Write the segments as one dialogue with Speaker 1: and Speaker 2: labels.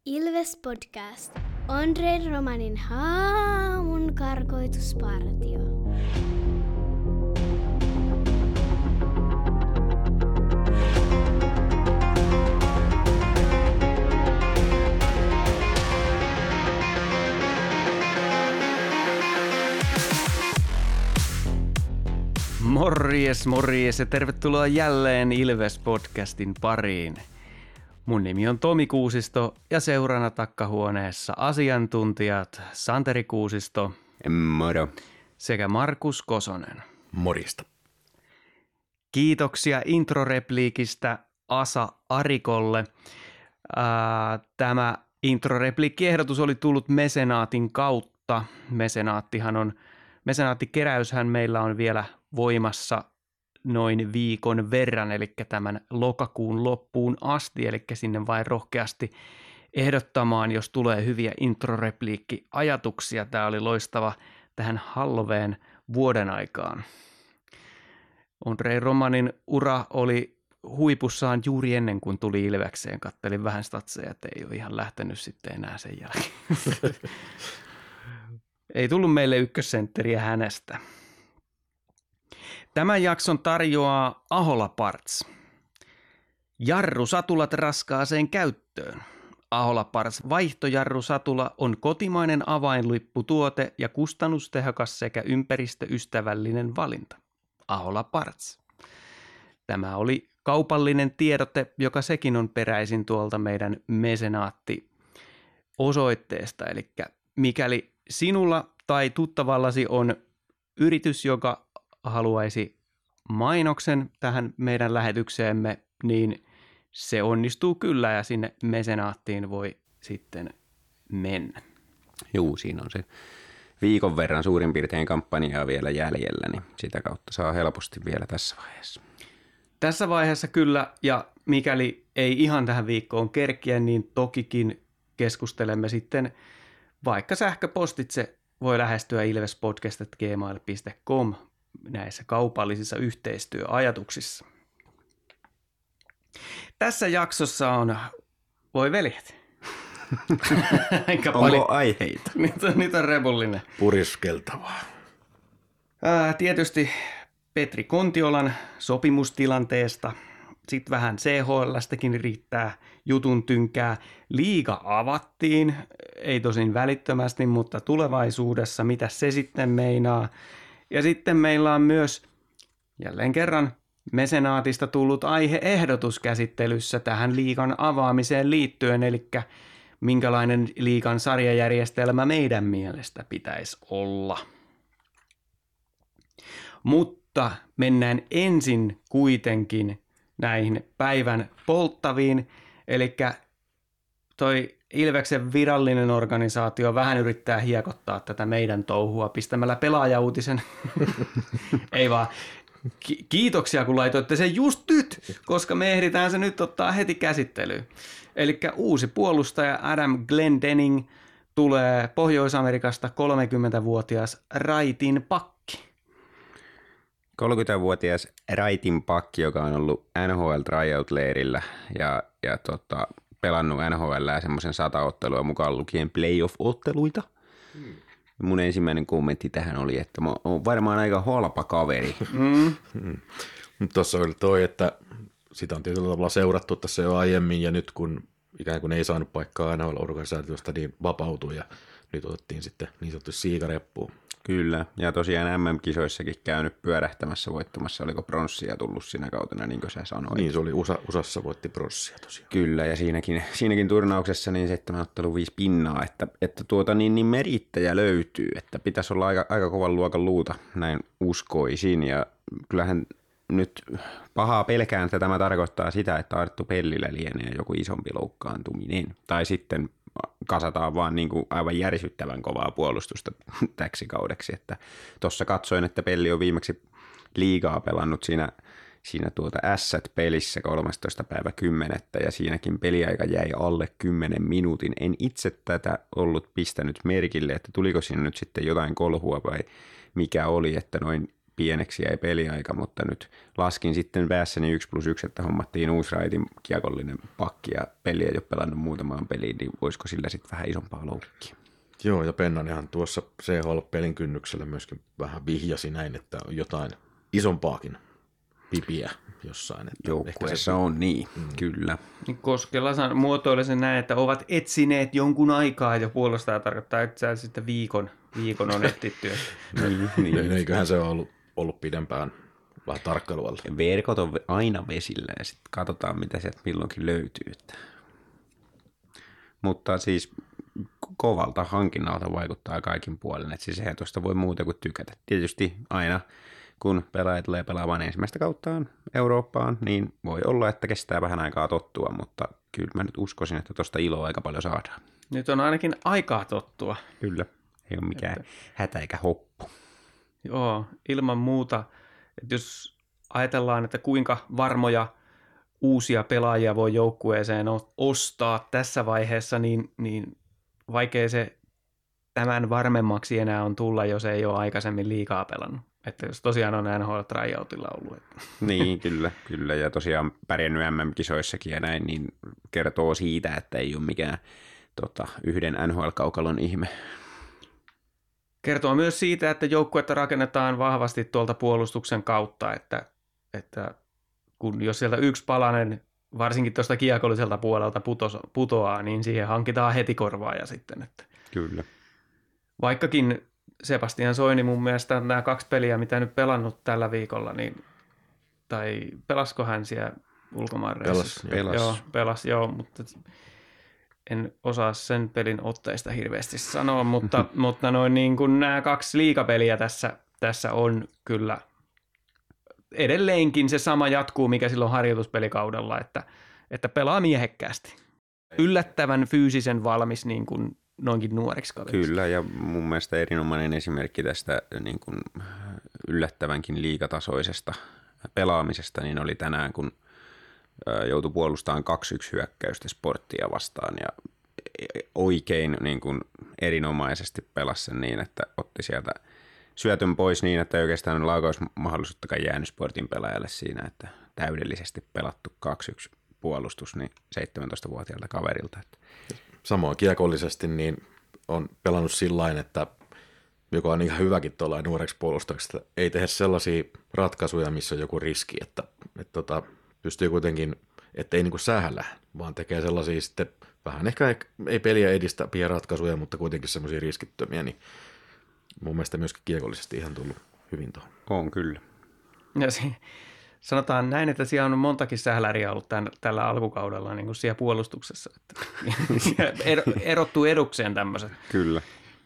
Speaker 1: Ilves Podcast. Andre Romanin haamun karkoituspartio.
Speaker 2: Morjes ja tervetuloa jälleen Ilves-podcastin pariin. Mun nimi on Tomi Kuusisto ja seurana takkahuoneessa asiantuntijat Santeri Kuusisto
Speaker 3: Moro.
Speaker 2: sekä Markus Kosonen.
Speaker 3: Morista.
Speaker 2: Kiitoksia introrepliikistä Asa Arikolle. Tämä introrepliikkiehdotus oli tullut mesenaatin kautta. Mesenaattikeräyshän meillä on vielä voimassa noin viikon verran, eli tämän lokakuun loppuun asti, eli sinne vain rohkeasti ehdottamaan, jos tulee hyviä introrepliikkiajatuksia. Tämä oli loistava tähän Halloween vuoden aikaan. Andre Romanin ura oli huipussaan juuri ennen kuin tuli Ilvekseen. Kattelin vähän statseja, että ei ole ihan lähtenyt sitten enää sen jälkeen. Ei tullut meille ykkössentteriä hänestä. Tämän jakson tarjoaa Ahola Parts. Jarrusatulat raskaaseen käyttöön. Ahola Parts vaihtojarrusatula on kotimainen avainlipputuote ja kustannustehokas sekä ympäristöystävällinen valinta. Ahola Parts. Tämä oli kaupallinen tiedote, joka sekin on peräisin tuolta meidän mesenaatti-osoitteesta. Eli mikäli sinulla tai tuttavallasi on yritys, joka haluaisi mainoksen tähän meidän lähetykseemme, niin se onnistuu kyllä ja sinne mesenaattiin voi sitten mennä.
Speaker 3: Juu, siinä on se viikon verran suurin piirtein kampanjaa vielä jäljellä, niin sitä kautta saa helposti vielä tässä vaiheessa.
Speaker 2: Tässä vaiheessa kyllä, ja mikäli ei ihan tähän viikkoon kerkiä, niin tokikin keskustelemme sitten vaikka sähköpostitse voi lähestyä ilvespodcast@gmail.com näissä kaupallisissa yhteistyöajatuksissa. Tässä jaksossa on, voi veljet.
Speaker 3: Onko aiheita?
Speaker 2: Nyt on repullinen.
Speaker 4: Puriskeltavaa.
Speaker 2: Tietysti Petri Kontiolan sopimustilanteesta. Sitten vähän CHL:stäkin riittää jutun tynkää. Liiga avattiin, ei tosin välittömästi, mutta tulevaisuudessa, mitä se sitten meinaa. Ja sitten meillä on myös jälleen kerran mesenaatista tullut aiheehdotus käsittelyssä tähän liigan avaamiseen liittyen, eli minkälainen liigan sarjajärjestelmä meidän mielestä pitäisi olla. Mutta mennään ensin kuitenkin näihin päivän polttaviin, eli toi Ilveksen virallinen organisaatio vähän yrittää hiekottaa tätä meidän touhua pistämällä pelaajauutisen. Ei vaan. Kiitoksia, kun laitoitte sen just nyt, koska me ehditään se nyt ottaa heti käsittelyyn. Eli uusi puolustaja Adam Glendening tulee Pohjois-Amerikasta 30-vuotias raitin pakki.
Speaker 3: 30-vuotias raitin pakki, joka on ollut NHL tryout-leirillä ja pelannut NHL:ää semmoisen 100 ottelua mukaan lukien playoff-otteluita. Mun ensimmäinen kommentti tähän oli, että mä oon varmaan aika halpa kaveri.
Speaker 4: Tuossa oli toi, että sitä on tietyllä tavalla seurattu tässä jo aiemmin ja nyt kun ikään kuin ei saanut paikkaa NHL-organisaatiosta, niin vapautui ja nyt otettiin sitten niin sanottu siikareppuun.
Speaker 3: Kyllä, ja tosiaan MM-kisoissakin käynyt pyörähtämässä voittamassa, oliko pronssia tullut siinä kautena, niin kuin sä sanoit.
Speaker 4: Niin, se oli USAssa voitti pronssia tosiaan.
Speaker 3: Kyllä, ja siinäkin turnauksessa niin 7 ottelua 5 pinnaa, että niin merittäjä löytyy, että pitäisi olla aika kovan luokan luuta, näin uskoisin, ja kyllähän nyt pahaa pelkään, että tämä tarkoittaa sitä, että Arttu Pellillä lienee joku isompi loukkaantuminen, tai sitten kasataan vaan niin kuin aivan järisyttävän kovaa puolustusta täksi kaudeksi, että tuossa katsoin, että Pelli on viimeksi liigaa pelannut siinä Ässät-pelissä 13.10. ja siinäkin peliaika jäi alle 10 minuutin. En itse tätä ollut pistänyt merkille, että tuliko siinä nyt sitten jotain kolhua vai mikä oli, että noin pieneksi jäi peliaika, mutta nyt laskin sitten päässäni 1+1, että hommattiin uusi raitin kiekollinen pakki ja peli ei ole pelannut muutamaan peliin, niin voisiko sillä sitten vähän isompaa loukkia?
Speaker 4: Joo, ja Pennanihan tuossa CHL-pelin kynnyksellä myöskin vähän vihjasi näin, että on jotain isompaakin pipiä jossain.
Speaker 3: Joukkueessa on niin, kyllä.
Speaker 2: Niin Koskela muotoili sen näin, että ovat etsineet jonkun aikaa jo puolustaa tarkoittaa, että sä sitten viikon on etsitty.
Speaker 3: niin.
Speaker 4: Eiköhän se ole ollut pidempään vähän tarkkailualla.
Speaker 3: Verkot on aina vesillä ja sitten katsotaan, mitä sieltä milloinkin löytyy. Mutta siis kovalta hankinnalta vaikuttaa kaikin puolin, että siis eihän tuosta voi muuta kuin tykätä. Tietysti aina kun pelaaja tulee pelaamaan ensimmäistä kauttaan Eurooppaan, niin voi olla, että kestää vähän aikaa tottua, mutta kyllä mä nyt uskoisin, että tuosta iloa aika paljon saadaan.
Speaker 2: Nyt on ainakin aikaa tottua.
Speaker 3: Kyllä, ei ole mikään hätä eikä hoppu.
Speaker 2: Joo, ilman muuta. Että jos ajatellaan, että kuinka varmoja uusia pelaajia voi joukkueeseen ostaa tässä vaiheessa, niin vaikea se tämän varmemmaksi enää on tulla, jos ei ole aikaisemmin liikaa pelannut. Että jos tosiaan on NHL-tryoutilla ollut.
Speaker 3: Niin, kyllä. Ja tosiaan pärjännyt MM-kisoissakin ja näin, niin kertoo siitä, että ei ole mikään yhden NHL-kaukalon ihme.
Speaker 2: Kertoo myös siitä, että joukkuetta rakennetaan vahvasti tuolta puolustuksen kautta, että jos sieltä yksi palanen, varsinkin tuosta kiekolliselta puolelta putoaa, niin siihen hankitaan heti korvaaja sitten. Että
Speaker 3: Kyllä.
Speaker 2: vaikkakin Sebastian Soini mun mielestä nämä 2 peliä, mitä nyt pelannut tällä viikolla, niin, tai pelasko hän siellä ulkomaanreissussa? Pelas, mutta en osaa sen pelin otteista hirveästi sanoa, mutta niin kuin nämä 2 liigapeliä tässä on kyllä edelleenkin se sama jatkuu, mikä silloin harjoituspelikaudella, että pelaa miehekkäästi. Yllättävän fyysisen valmis niin kuin noinkin nuoreksi kaveriksi.
Speaker 3: Kyllä, ja mun mielestä erinomainen esimerkki tästä niin kuin yllättävänkin liigatasoisesta pelaamisesta niin oli tänään, kun joutui puolustamaan 2-1 hyökkäystä Sporttia vastaan, ja oikein niin kuin erinomaisesti pelasi sen niin, että otti sieltä syötön pois niin, että ei oikeastaan laukausmahdollisuuttakaan jäänyt Sportin pelaajalle siinä, että täydellisesti pelattu 2-1 puolustus niin 17-vuotiaalta kaverilta.
Speaker 4: Samoin kiekollisesti niin on pelannut sillain, että joka on ihan hyväkin tuolla nuoreksi puolustajaksi, että ei tehdä sellaisia ratkaisuja, missä on joku riski, että pystyy kuitenkin, ettei niin kuin sähällä, vaan tekee sellaisia sitten vähän ehkä ei peliä edistä pieniä ratkaisuja, mutta kuitenkin semmoisia riskittömiä, niin mun mielestä myöskin kiekollisesti ihan tullut hyvin tuohon.
Speaker 3: On kyllä.
Speaker 2: Ja sanotaan näin, että siellä on montakin sähläriä ollut tällä alkukaudella niin kuin siellä puolustuksessa. Että erottuu edukseen tämmöiset.
Speaker 3: Kyllä.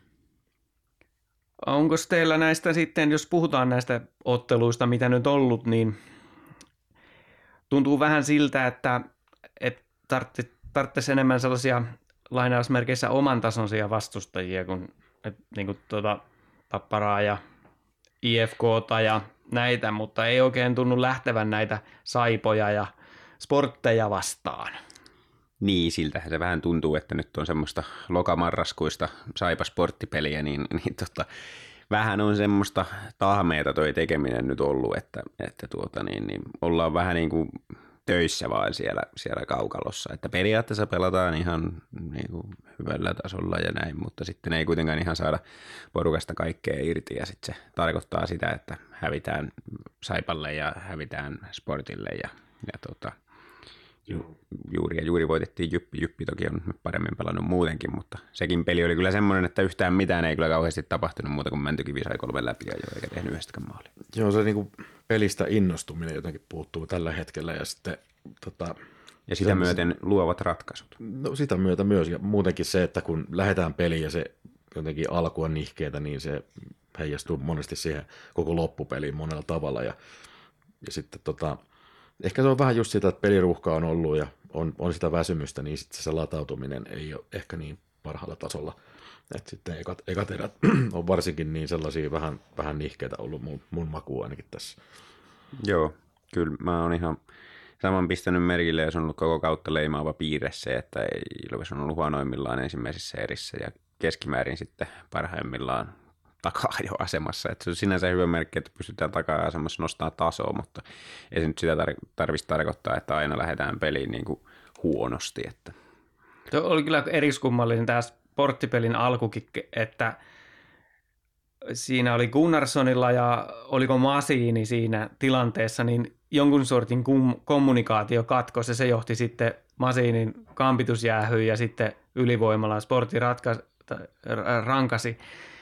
Speaker 2: Onko teillä näistä sitten, jos puhutaan näistä otteluista, mitä nyt ollut, niin tuntuu vähän siltä, että tarvitsisi enemmän sellaisia lainausmerkeissä oman tasonsia vastustajia kuin niin kuin Tapparaa ja IFK:ta ja näitä, mutta ei oikein tunnu lähtevän näitä Saipoja ja Sportteja vastaan.
Speaker 3: Niin, siltähän se vähän tuntuu, että nyt on semmoista lokamarraskuista Saipa-sporttipeliä, niin vähän on semmoista tahmeita toi tekeminen nyt ollut, että ollaan vähän niin kuin töissä vaan siellä kaukalossa, että periaatteessa pelataan ihan niin kuin hyvällä tasolla ja näin, mutta sitten ei kuitenkaan ihan saada porukasta kaikkea irti ja sitten se tarkoittaa sitä, että hävitään Saipalle ja hävitään Sportille ja juuri voitettiin Jyppi toki on paremmin pelannut muutenkin, mutta sekin peli oli kyllä semmoinen, että yhtään mitään ei kyllä kauheasti tapahtunut muuta kuin Mäntykivi sai 3 läpi ja eikä tehnyt yhdestäkään maalia.
Speaker 4: Joo, se niinku pelistä innostuminen jotenkin puuttuu tällä hetkellä ja sitten
Speaker 3: ja sitä myöten luovat ratkaisut.
Speaker 4: No sitä myötä myös ja muutenkin se, että kun lähdetään peliin ja se jotenkin alku on nihkeetä, niin se heijastuu monesti siihen koko loppupeliin monella tavalla ja sitten ehkä se on vähän just sitä, että peliruuhka on ollut ja on sitä väsymystä, niin sitten se latautuminen ei ole ehkä niin parhaalla tasolla. Että sitten ekat erät on varsinkin niin sellaisia vähän nihkeitä ollut mun makuun ainakin tässä.
Speaker 3: Joo, kyllä mä oon ihan saman pistänyt merkille, jos on ollut koko kautta leimaava piirre se, että Ilves on ollut huonoimmillaan ensimmäisissä erissä ja keskimäärin sitten parhaimmillaan taka-ajoasemassa. Että se on sinänsä hyvä merkki, että pystytään taka-ajoasemassa nostamaan tasoa, mutta ei se nyt sitä tarvitsisi tarkoittaa, että aina lähdetään peliin niin kuin huonosti. Että.
Speaker 2: Tuo oli kyllä eriskummallinen tämä sporttipelin alkukin, että siinä oli Gunnarssonilla ja oliko Masini siinä tilanteessa, niin jonkun sortin kommunikaatio katkosi ja se johti sitten Masinin kampitusjäähyyn ja sitten ylivoimalla sportti rankasi.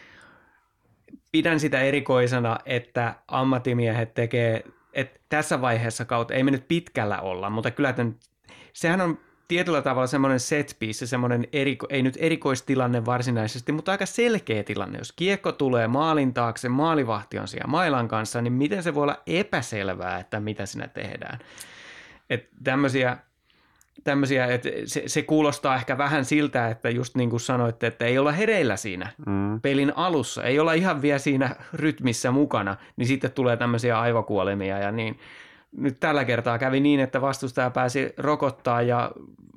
Speaker 2: Pidän sitä erikoisena, että ammattimiehet tekee, että tässä vaiheessa kautta ei me nyt pitkällä olla, mutta kyllä sehän on tietyllä tavalla semmoinen set piece, semmoinen ei nyt erikoistilanne varsinaisesti, mutta aika selkeä tilanne. Jos kiekko tulee maalin taakse, maalivahti on siellä mailan kanssa, niin miten se voi olla epäselvää, että mitä siinä tehdään. Että tämmöisiä, että se kuulostaa ehkä vähän siltä, että just niin kuin sanoitte, että ei olla hereillä siinä pelin alussa, ei olla ihan vielä siinä rytmissä mukana, niin sitten tulee tämmöisiä aivokuolemia ja niin. Nyt tällä kertaa kävi niin, että vastustaja pääsi rokottaa ja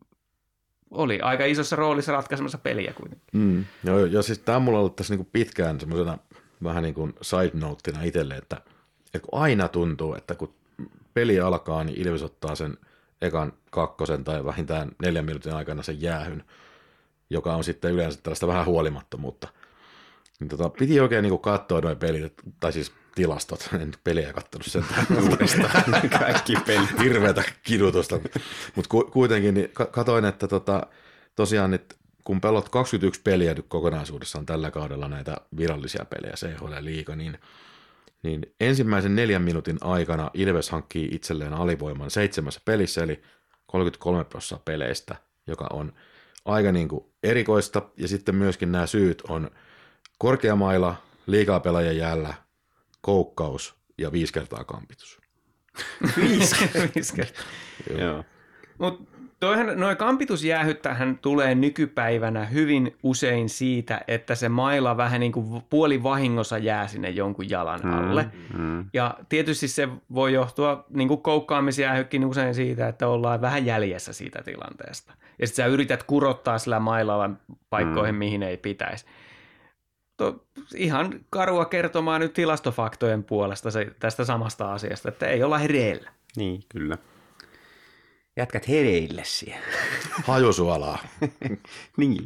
Speaker 2: oli aika isossa roolissa ratkaisemassa peliä kuitenkin.
Speaker 4: Joo, ja siis tämä on mulla ollut tässä niinku pitkään semmoisena vähän niin kuin side noteina itselle, että kun aina tuntuu, että kun peli alkaa, niin Ilves ottaa sen ekan 2 tai vähintään 4 minuutin aikana sen jäähyn, joka on sitten yleensä tällaista vähän huolimattomuutta. Niin piti oikein niinku katsoa noin pelit, tai siis tilastot, en peliä katsonut sen uudestaan.
Speaker 3: Kaikki pelit.
Speaker 4: Hirveätä kidutusta. Mutta kuitenkin niin katoin, että tosiaan nyt, kun pelot 21 peliä nyt kokonaisuudessaan tällä kaudella näitä virallisia pelejä, CHL-liiga, niin ensimmäisen 4 minuutin aikana Ilves hankkii itselleen alivoiman 7 pelissä, eli 33% peleistä, joka on aika niin kuin erikoista. Ja sitten myöskin nämä syyt on korkeamailla, liikaa pelaajien jäällä, koukkaus ja 5 kertaa kampitus.
Speaker 2: 5 kertaa.
Speaker 3: Joo.
Speaker 2: Mutta nuo kampitusjäähyttähän tulee nykypäivänä hyvin usein siitä, että se maila vähän niin kuin puolivahingossa jää sinne jonkun jalan alle. Ja tietysti se voi johtua niin kuin koukkaamisjäähykin usein siitä, että ollaan vähän jäljessä siitä tilanteesta. Ja sitten sä yrität kurottaa sillä mailalla paikkoihin, mihin ei pitäisi. Ihan karua kertomaan nyt tilastofaktojen puolesta tästä samasta asiasta, että ei olla hereillä.
Speaker 3: Niin, kyllä. Jätkät hereille siellä.
Speaker 4: Hajusuolaa.
Speaker 3: Niin.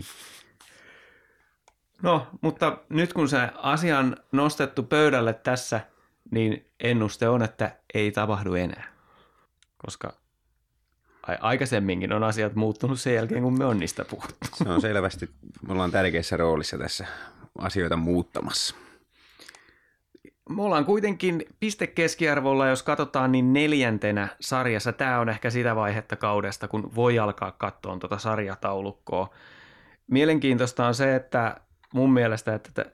Speaker 2: No, mutta nyt kun se asia on nostettu pöydälle tässä, niin ennuste on, että ei tapahdu enää. Koska aikaisemminkin on asiat muuttunut sen jälkeen, kun me on niistä puhuttu.
Speaker 3: Se on selvästi, me ollaan tärkeässä roolissa tässä asioita muuttamassa.
Speaker 2: Me ollaan kuitenkin pistekeskiarvolla, jos katsotaan, niin 4. sarjassa. Tämä on ehkä sitä vaihetta kaudesta, kun voi alkaa katsoa tuota sarjataulukkoa. Mielenkiintoista on se, että mun mielestä, että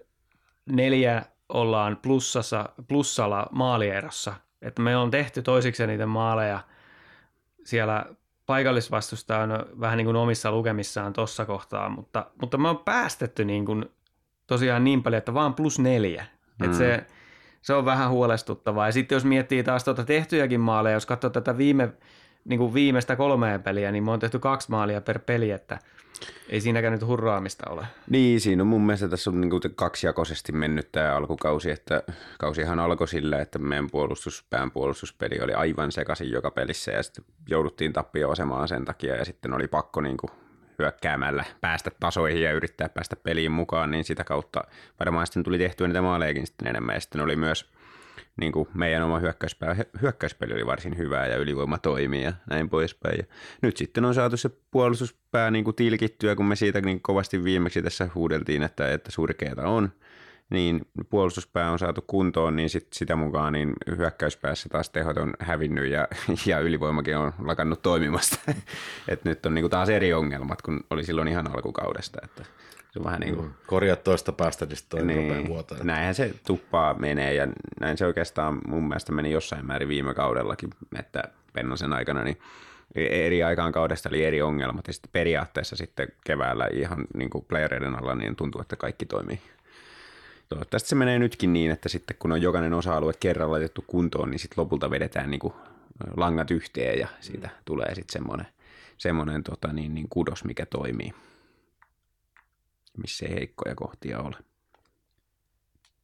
Speaker 2: 4 ollaan plussalla maalierossa. Että me on tehty toisiksi niitä maaleja siellä paikallisvastusta on vähän niin kuin omissa lukemissaan tuossa kohtaa, mutta me on päästetty niin kuin tosiaan niin paljon, että vaan +4. Että se on vähän huolestuttavaa. Ja sitten jos miettii taas tehtyjäkin maaleja, jos katsoo tätä viimeistä 3 peliä, niin me on tehty 2 maalia per peli, että ei siinäkään nyt hurraamista ole.
Speaker 3: Niin, siinä on mun mielestä tässä on niin kuin kaksijakoisesti mennyt tämä alkukausi, että kausihan alkoi sillä, että meidän puolustuspeli oli aivan sekaisin joka pelissä ja sitten jouduttiin tappio-asemaan sen takia ja sitten oli pakko niin kuin hyökkäämällä päästä tasoihin ja yrittää päästä peliin mukaan, niin sitä kautta varmaan sitten tuli tehtyä niitä maalejakin sitten enemmän ja sitten oli myös niin kuin meidän oma hyökkäyspeli oli varsin hyvää ja ylivoima toimii ja näin poispäin. Ja nyt sitten on saatu se puolustuspää niin kuin tilkittyä, kun me siitä niin kovasti viimeksi tässä huudeltiin, että surkeata on, niin puolustuspää on saatu kuntoon, niin sitä mukaan niin hyökkäyspäässä taas tehot on hävinnyt ja ylivoimakin on lakannut toimimasta. Et nyt on niin kuin taas eri ongelmat, kun oli silloin ihan alkukaudesta, että se on vähän niin kuin
Speaker 4: korjat toista päästä, niin sitten toinen rupeaa vuoteen.
Speaker 3: Näinhän se tuppaa menee ja näin se oikeastaan mun mielestä meni jossain määrin viime kaudellakin, että Pennosen aikana niin eri aikaan kaudesta oli eri ongelmat ja sitten periaatteessa sitten keväällä ihan niin kuin playereiden alla niin tuntuu, että kaikki toimii. Toivottavasti se menee nytkin niin, että sitten kun on jokainen osa-alue kerran laitettu kuntoon, niin sitten lopulta vedetään niin kuin langat yhteen ja siitä tulee sitten semmoinen kudos, mikä toimii, missä ei heikkoja kohtia ole.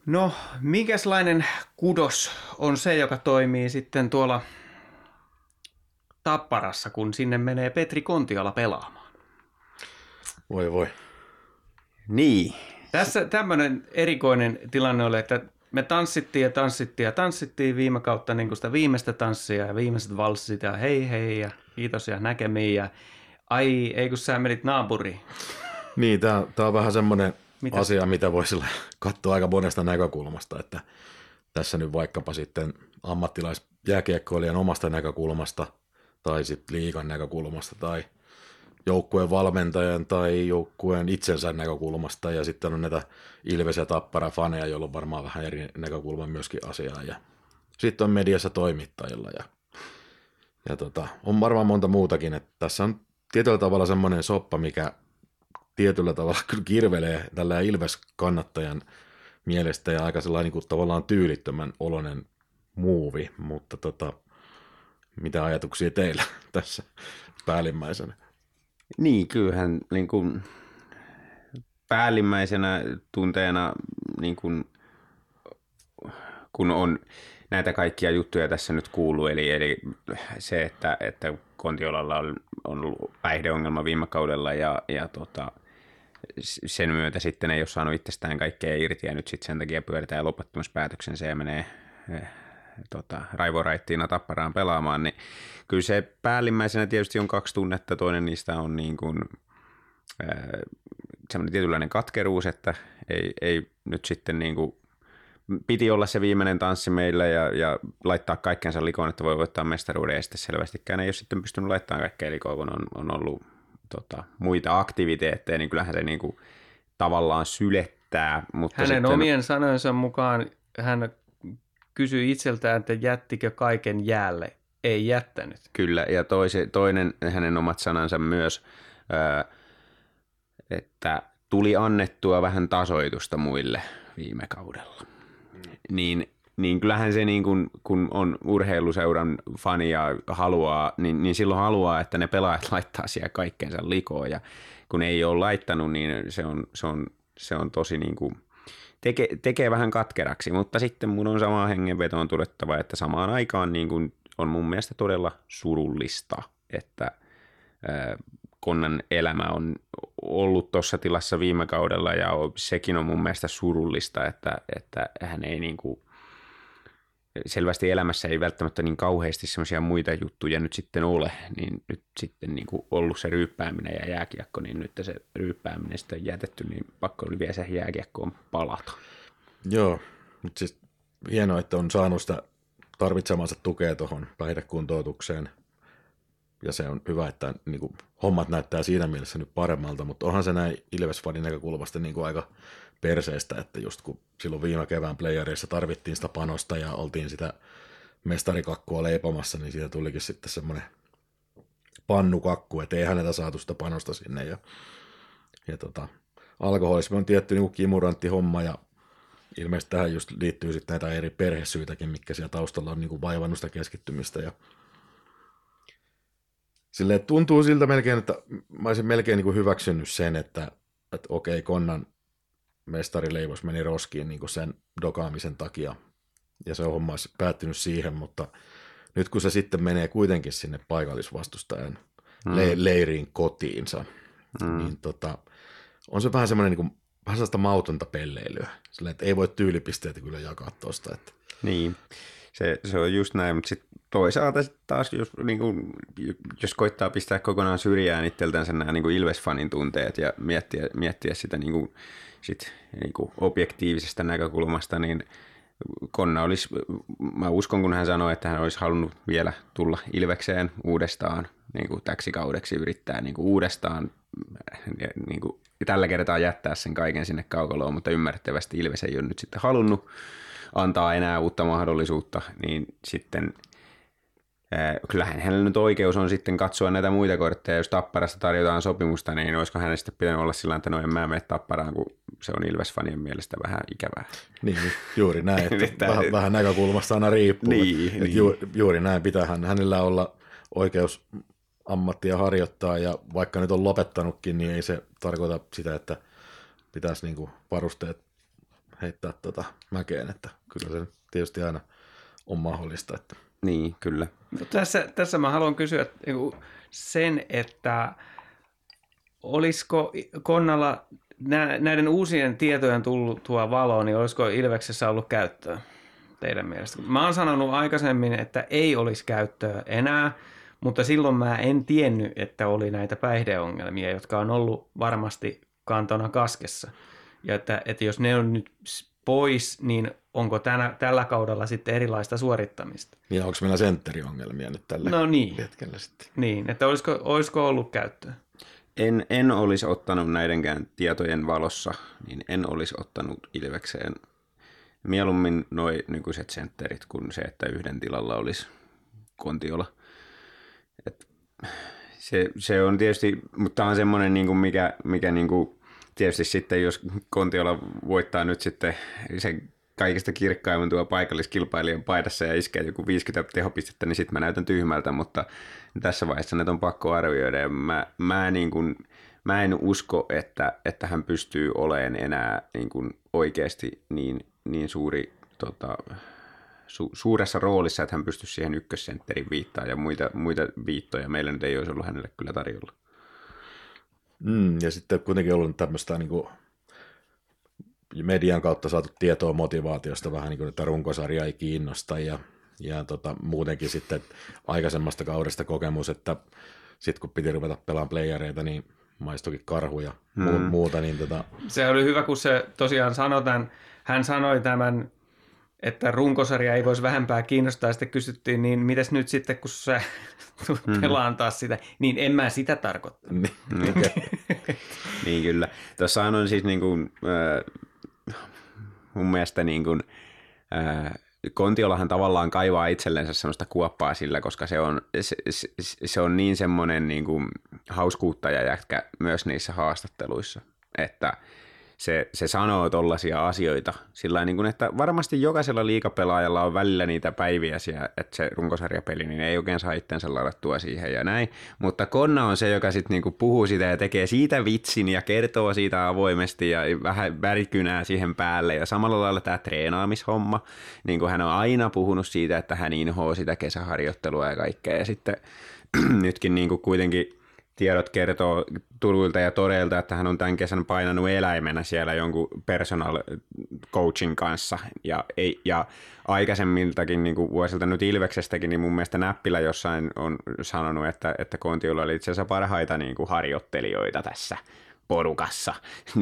Speaker 2: No, minkälainen kudos on se, joka toimii sitten tuolla Tapparassa, kun sinne menee Petri Kontiala pelaamaan?
Speaker 4: Voi.
Speaker 3: Niin.
Speaker 2: Tässä tämmöinen erikoinen tilanne oli, että me tanssittiin viime kautta niin kuin sitä viimeistä tanssia ja viimeiset valssit ja hei ja kiitos ja näkemiin ja ai, ei kun sä menit naapuriin.
Speaker 4: Niin, tää on vähän semmoinen asia, mitä voisi katsoa aika monesta näkökulmasta, että tässä nyt vaikkapa sitten ammattilaisjääkiekkoilijan omasta näkökulmasta tai sitten liigan näkökulmasta tai joukkueen valmentajan tai joukkueen itsensä näkökulmasta ja sitten on näitä Ilves- ja Tappara-faneja, joilla on varmaan vähän eri näkökulma myöskin asiaa ja sitten on mediassa toimittajilla ja on varmaan monta muutakin, että tässä on tietyllä tavalla semmoinen soppa, mikä tietyllä tavalla kyllä kirvelee tällä Ilves-kannattajan mielestä ja aika sellainen niin kuin tavallaan tyylittömän oloinen muuvi, mutta mitä ajatuksia teillä tässä päällimmäisenä?
Speaker 3: Niin, kyllähän niin kuin päällimmäisenä tunteena, niin kuin, kun on näitä kaikkia juttuja tässä nyt kuuluu, eli se, että Kontiolalla on ollut päihdeongelma viime kaudella ja sen myötä sitten ei ole saanut itsestään kaikkea irti ja nyt sitten sen takia pyöritään lopettamispäätöksensä ja menee raivoraittiina Tapparaan pelaamaan, niin kyllä se päällimmäisenä tietysti on 2 tunnetta. Toinen niistä on niin kuin semmoinen tietynlainen katkeruus, että ei nyt sitten niin kuin piti olla se viimeinen tanssi meillä ja laittaa kaikkensa likoon, että voi voittaa mestaruuden ja sitten selvästikään ei ole sitten pystynyt laittamaan kaikkea likoon, kun on ollut muita aktiviteetteja, niin kyllähän se niin kuin tavallaan sylettää. Mutta
Speaker 2: Hänen
Speaker 3: sitten
Speaker 2: omien sanojensa mukaan hän kysyi itseltään, että jättikö kaiken jäälle. Ei jättänyt.
Speaker 3: Kyllä, ja toinen hänen omat sanansa myös, että tuli annettua vähän tasoitusta muille viime kaudella. Niin kyllähän se, niin kun on urheiluseuran fani ja haluaa, niin silloin haluaa, että ne pelaajat laittaa siellä kaikkeensa likoon. Ja kun ei ole laittanut, niin se on tosi niin kuin tekee vähän katkeraksi. Mutta sitten mun on samaan hengenvetoon todettava, että samaan aikaan niin kuin on mun mielestä todella surullista, että Konnan elämä on ollut tuossa tilassa viime kaudella ja sekin on mun mielestä surullista, että hän ei niin kuin, selvästi elämässä ei välttämättä niin kauheasti semmoisia muita juttuja nyt sitten ole, niin nyt sitten niin kuin ollut se ryyppääminen ja jääkiekko, niin nyt se ryyppääminen sitten on jätetty, niin pakko oli vielä se jääkiekkoon palata.
Speaker 4: Joo, mutta siis hienoa, että on saanut sitä tarvitsemansa tukea tuohon päihdekuntoutukseen. Ja se on hyvä, että niin kuin, hommat näyttää siinä mielessä nyt paremmalta, mutta onhan se näin Ilves-fanin näkökulmasta niin kuin aika perseestä, että just kun silloin viime kevään playereissa tarvittiin sitä panosta ja oltiin sitä mestarikakkua leipomassa, niin siitä tulikin sitten semmoinen pannukakku, että ei häneltä saatu sitä panosta sinne. Ja alkoholismi on tietty niin kuin kimurantti homma ja ilmeisesti tähän just liittyy sitten näitä eri perhesyytäkin, mitkä siellä taustalla on niin kuin vaivannut sitä keskittymistä ja silleen tuntuu siltä melkein, että mä olisin melkein niin kuin hyväksynyt sen, että okei, Konnan mestarileivos meni roskiin niin kuin sen dokaamisen takia, ja se homma olisi päättynyt siihen, mutta nyt kun se sitten menee kuitenkin sinne paikallisvastustajan leiriin kotiinsa, niin on se vähän semmoinen niin kuin, vähän sellaista mautonta pelleilyä, silleen, että ei voi tyylipisteitä kyllä jakaa tuosta. Että
Speaker 3: Niin. Se on just näin, mutta sitten toisaalta taas, jos koittaa pistää kokonaan syrjään itseltänsä nämä niin kuin Ilves-fanin tunteet ja miettiä sitä niin kuin objektiivisesta näkökulmasta, niin Konna olisi, mä uskon, kun hän sanoi, että hän olisi halunnut vielä tulla Ilvekseen uudestaan niin kuin täksi kaudeksi, yrittää niin kuin uudestaan niin kuin tällä kertaa jättää sen kaiken sinne kaukaloon, mutta ymmärrettävästi Ilves ei ole nyt sitten halunnut antaa enää uutta mahdollisuutta, niin sitten kyllähän hänellä nyt oikeus on sitten katsoa näitä muita kortteja. Jos Tapparasta tarjotaan sopimusta, niin olisiko hänen sitten pitänyt olla sillä tavalla, että no en mä mene Tapparaan, kun se on Ilves-fanien mielestä vähän ikävää.
Speaker 4: Niin, juuri näin, että vähän näkökulmasta aina riippuu.
Speaker 3: Niin.
Speaker 4: Juuri näin, pitää hänellä olla oikeus ammattia harjoittaa, ja vaikka nyt on lopettanutkin, niin ei se tarkoita sitä, että pitäisi niinku varusteet heittää mäkeen, että kyllä se tietysti aina on mahdollista. Että.
Speaker 3: Niin, kyllä.
Speaker 2: No tässä mä haluan kysyä sen, että olisiko Konnalla näiden uusien tietojen tultua valoon, niin olisiko Ilveksessä ollut käyttöä teidän mielestä? Mä oon sanonut aikaisemmin, että ei olisi käyttöä enää, mutta silloin mä en tiennyt, että oli näitä päihdeongelmia, jotka on ollut varmasti kantona kaskessa. Ja että jos ne on nyt pois, niin onko tällä kaudella sitten erilaista suorittamista?
Speaker 4: Niin onko meillä sentteriongelmia nyt tällä hetkellä sitten?
Speaker 2: Niin, että olisiko ollut käyttöä?
Speaker 3: En olisi ottanut näidenkään tietojen valossa, niin en olisi ottanut Ilvekseen mieluummin noi nykyiset sentterit kuin se, että yhden tilalla olisi Kontiola. Se on tietysti, mutta tämä on semmoinen, niin kuin mikä niin kuin, tietysti sitten, jos Kontiola voittaa nyt sitten sen kaikista kirkkaimman tuo paikalliskilpailijan paidassa ja iskee joku 50 tehopistettä, niin sitten mä näytän tyhmältä, mutta tässä vaiheessa näitä on pakko arvioida. Ja mä en usko, että hän pystyy olemaan enää niin kuin oikeasti niin suuri suuressa roolissa, että hän pystyisi siihen ykkössentterin viittaan ja muita viittoja meillä nyt ei olisi ollut hänelle kyllä tarjolla.
Speaker 4: Ja sitten kuitenkin ollut tämmöistä niin kuin median kautta saatu tietoa motivaatiosta vähän niin kuin, että runkosarja ei kiinnosta ja muutenkin sitten aikaisemmasta kaudesta kokemus, että sitten kun piti ruveta pelaamaan playereita, niin maistuikin karhuja muuta. Niin
Speaker 2: Se oli hyvä, kun se tosiaan hän sanoi tämän, että runkosarja ei voisi vähempää kiinnostaa, ja sitten kysyttiin, niin mitäs nyt sitten, kun sä pelaan taas sitä, niin en mä sitä tarkoittanut.
Speaker 3: Niin kyllä. Tuossa on siis niin kuin, mun mielestä niin kuin, Kontiolahan tavallaan kaivaa itsellensä semmoista kuoppaa sillä, koska se on niin semmoinen niin kuin hauskuuttajajätkä myös niissä haastatteluissa, että se sanoo tollaisia asioita sillä niin kuin, että varmasti jokaisella liigapelaajalla on välillä niitä päiviä siellä, että se runkosarjapeli niin ei oikein saa itsensä ladattua siihen ja näin, mutta Konna on se, joka sitten niin kuin puhuu sitä ja tekee siitä vitsin ja kertoo siitä avoimesti ja vähän värikynää siihen päälle ja samalla lailla tämä treenaamishomma, niin kuin hän on aina puhunut siitä, että hän inhoaa sitä kesäharjoittelua ja kaikkea ja sitten nytkin niin kuin kuitenkin tiedot kertoo Turuilta ja Toreilta, että hän on tämän kesän painanut eläimenä siellä jonkun personal coachin kanssa. Ja aikaisemmiltakin niin kuin vuosilta nyt Ilveksestäkin, niin mun mielestä Näppilä jossain on sanonut, että Kontiolla oli itse asiassa parhaita niin kuin harjoittelijoita tässä porukassa.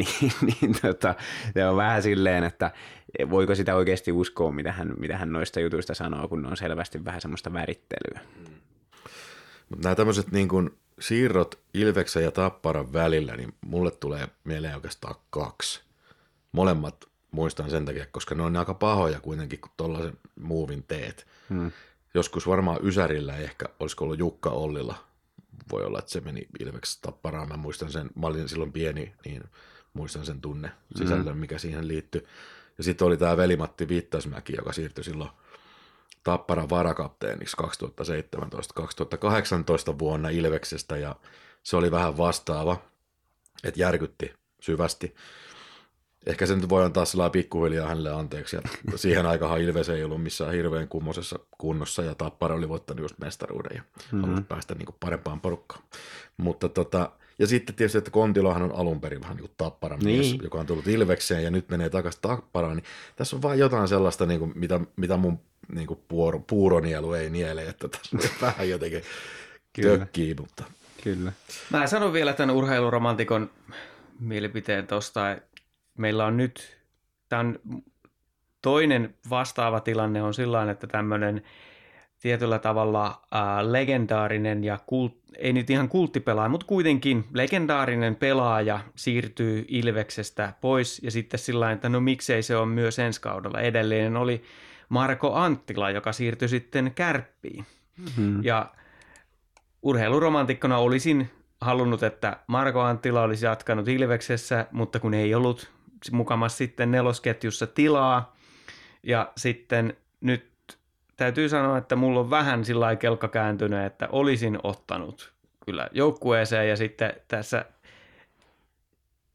Speaker 3: Se on vähän silleen, että voiko sitä oikeasti uskoa, mitä hän noista jutuista sanoo, kun ne on selvästi vähän semmoista värittelyä.
Speaker 4: Mutta nämä tämmöiset niin kuin siirrot Ilveksen ja Tapparan välillä, niin mulle tulee mieleen oikeastaan 2. Molemmat muistan sen takia, koska ne on aika pahoja kuitenkin, kun tuollaisen muuvin teet. Joskus varmaan Ysärillä ehkä, olisiko ollut Jukka Ollila. Voi olla, että se meni Ilveksestä Tapparaan. Mä muistan sen, mä olin silloin pieni, niin muistan sen tunne sisällön, mikä siihen liittyi. Ja sitten oli tämä Veli-Matti Viittasmäki, joka siirtyi silloin Tapparan varakapteeniksi 2017-2018 vuonna Ilveksestä, ja se oli vähän vastaava, että järkytti syvästi. Ehkä se nyt voi antaa sellainen pikkuhiljaa hänelle anteeksi, että siihen aikaan Ilves ei ollut missään hirveän kummoisessa kunnossa, ja Tappara oli voittanut just mestaruuden, ja halusi päästä niin kuin parempaan porukkaan. Mutta ja sitten tietysti, että Kontilahan on alun perin vähän niin kuin Tapparan mies, joka on tullut Ilvekseen, ja nyt menee takaisin Tapparaan, niin tässä on vaan jotain sellaista, niin kuin, mitä mun niin kuin puuronielu ei niele, että tässä on vähän jotenkin tökkii, mutta...
Speaker 3: Kyllä.
Speaker 2: Mä sanon vielä tämän urheiluromantikon mielipiteen tuosta. Meillä on nyt, tämän toinen vastaava tilanne on sillain, että tämmöinen tietyllä tavalla legendaarinen ja ei nyt ihan kulttipelaaja, mutta kuitenkin legendaarinen pelaaja siirtyy Ilveksestä pois ja sitten sillain, että no miksei se on myös ensi kaudella. Edelleen oli Marko Anttila, joka siirtyi sitten Kärppiin. Ja urheiluromantikkona olisin halunnut, että Marko Anttila olisi jatkanut Ilveksessä, mutta kun ei ollut mukamassa sitten nelosketjussa tilaa. Ja sitten nyt täytyy sanoa, että mulla on vähän sillä lailla kelkka kääntynyt, että olisin ottanut kyllä joukkueeseen ja sitten tässä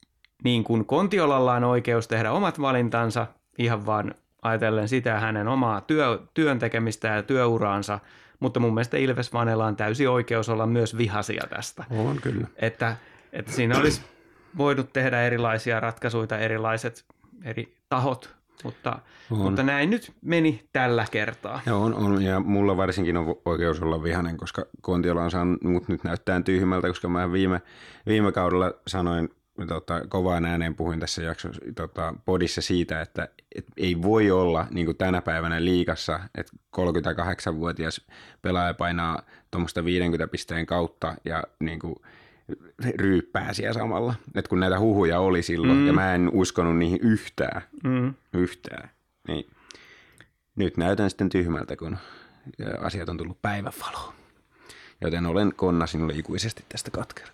Speaker 2: niin kuin Kontiolalla on oikeus tehdä omat valintansa, ihan vaan ajatellen sitä hänen omaa työn tekemistä ja työuraansa, mutta mun mielestä Ilves Vanella on täysi oikeus olla myös vihaisia tästä.
Speaker 3: On kyllä.
Speaker 2: Että siinä olisi voinut tehdä erilaisia ratkaisuja, erilaiset eri tahot, mutta näin nyt meni tällä kertaa.
Speaker 3: Joo, on, ja mulla varsinkin on oikeus olla vihainen, koska Kontiola on saanut mut nyt näyttää tyhmältä, koska mä viime kaudella sanoin, kovaan ääneen puhuin tässä jaksossa podissa siitä, että ei voi olla niin kuin tänä päivänä liigassa, että 38-vuotias pelaaja painaa tuommoista 50 pisteen kautta ja niin kuin ryyppää siellä samalla. Et kun näitä huhuja oli silloin ja mä en uskonut niihin yhtään, niin nyt näytän sitten tyhmältä, kun asiat on tullut päivänvaloon. Joten olen Konna sinulle ikuisesti tästä katkera.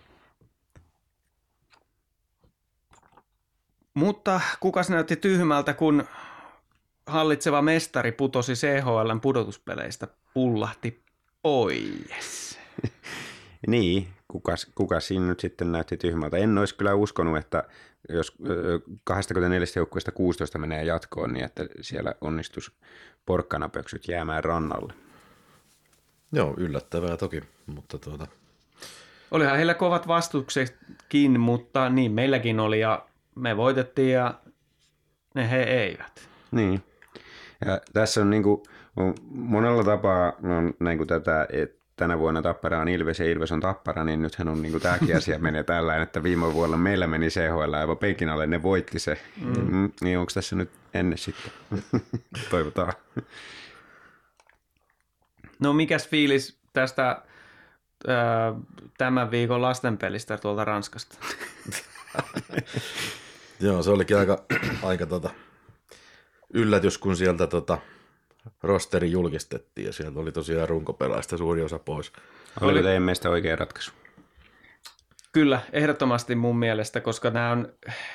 Speaker 2: Mutta kukas näytti tyhmältä, kun hallitseva mestari putosi CHL:n pudotuspeleistä, pullahti pois?
Speaker 3: Niin, kuka siinä nyt sitten näytti tyhmältä? En olisi kyllä uskonut, että jos 24 joukkueesta 16 menee jatkoon, niin että siellä onnistuisi porkkanapöksyt jäämään rannalle.
Speaker 4: Joo, yllättävää toki, mutta
Speaker 2: Olihan heillä kovat vastuksetkin, mutta niin meilläkin oli ja me voitettiin ja he eivät.
Speaker 3: Niin. Ja tässä on niinku, monella tapaa näin kuin tätä, että tänä vuonna Tappara on Ilves ja Ilves on Tappara, niin nythän on niinku tämäkin asia menee tällä, että viime vuonna meillä meni CHL aivan penkin alle, ne voitti se. Niin onko tässä nyt ennen sitten? Toivotaan.
Speaker 2: No mikäs fiilis tästä tämän viikon lastenpelistä tuolta Ranskasta?
Speaker 4: Joo, se olikin aika yllätys, kun sieltä rosteri julkistettiin ja sieltä oli tosiaan runkopelaista suuri osa pois.
Speaker 3: Oliko teidän mielestä oikea ratkaisu?
Speaker 2: Kyllä, ehdottomasti mun mielestä, koska nämä on,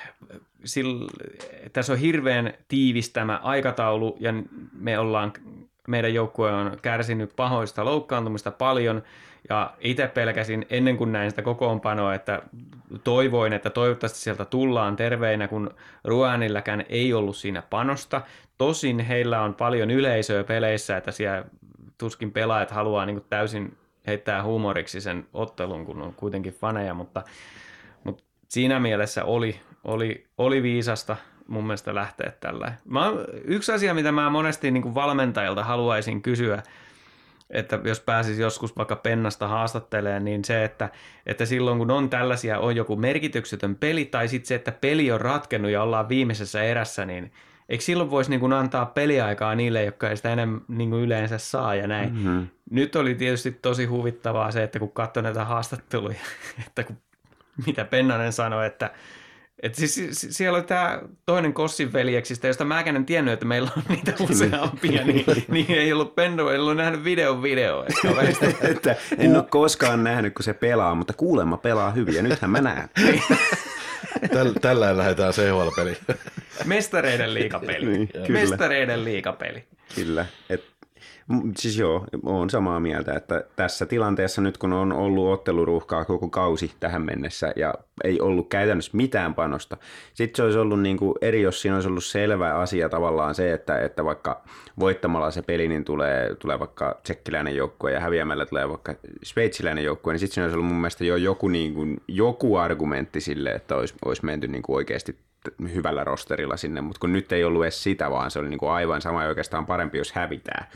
Speaker 2: tässä on hirveän tiivis tämä aikataulu ja meidän joukkue on kärsinyt pahoista loukkaantumista paljon ja itse pelkäsin ennen kuin näin sitä kokoonpanoa, että toivoin, että toivottavasti sieltä tullaan terveinä, kun Rouenilläkään ei ollut siinä panosta. Tosin heillä on paljon yleisöä peleissä, että siellä tuskin pelaajat haluaa niin kuin täysin heittää huumoriksi sen ottelun, kun on kuitenkin faneja, mutta siinä mielessä oli viisasta mun mielestä lähteä tällä. Yksi asia, mitä mä monesti niin kuin valmentajilta haluaisin kysyä, että jos pääsisi joskus vaikka Pennasta haastattelemaan, niin se, että silloin kun on tällaisia, on joku merkityksetön peli, tai sitten se, että peli on ratkennut ja ollaan viimeisessä erässä, niin eikö silloin voisi niin kuin antaa peliaikaa niille, jotka ei sitä enää niin kuin yleensä saa ja näin. Mm-hmm. Nyt oli tietysti tosi huvittavaa se, että kun katsoi näitä haastatteluja, että mitä Pennanen sanoi, että siis siellä oli tämä toinen Kossin veljeksistä, josta mäkään en tiennyt, että meillä on niitä useampia, niin ei ollut Penno, ei ollut nähnyt video.
Speaker 3: Että en ole koskaan nähnyt, kun se pelaa, mutta kuulemma pelaa hyvin ja nythän mä näen.
Speaker 4: Tällä lähdetään CHL-peliin.
Speaker 2: Mestareiden liigapeli.
Speaker 3: Niin,
Speaker 2: Mestareiden liigapeli.
Speaker 3: Kyllä. Siis joo, olen samaa mieltä, että tässä tilanteessa nyt kun on ollut otteluruuhkaa koko kausi tähän mennessä ja ei ollut käytännössä mitään panosta, sitten se olisi ollut niin kuin eri, jos siinä olisi ollut selvä asia tavallaan se, että vaikka voittamalla se peli, niin tulee vaikka tsekkiläinen joukkue ja häviämällä tulee vaikka sveitsiläinen joukkue, niin sitten siinä olisi ollut mun mielestä jo joku argumentti sille, että olisi menty niin kuin oikeasti hyvällä rosterilla sinne, mutta kun nyt ei ollut edes sitä, vaan se oli niin kuin aivan sama ja oikeastaan parempi, jos hävitään.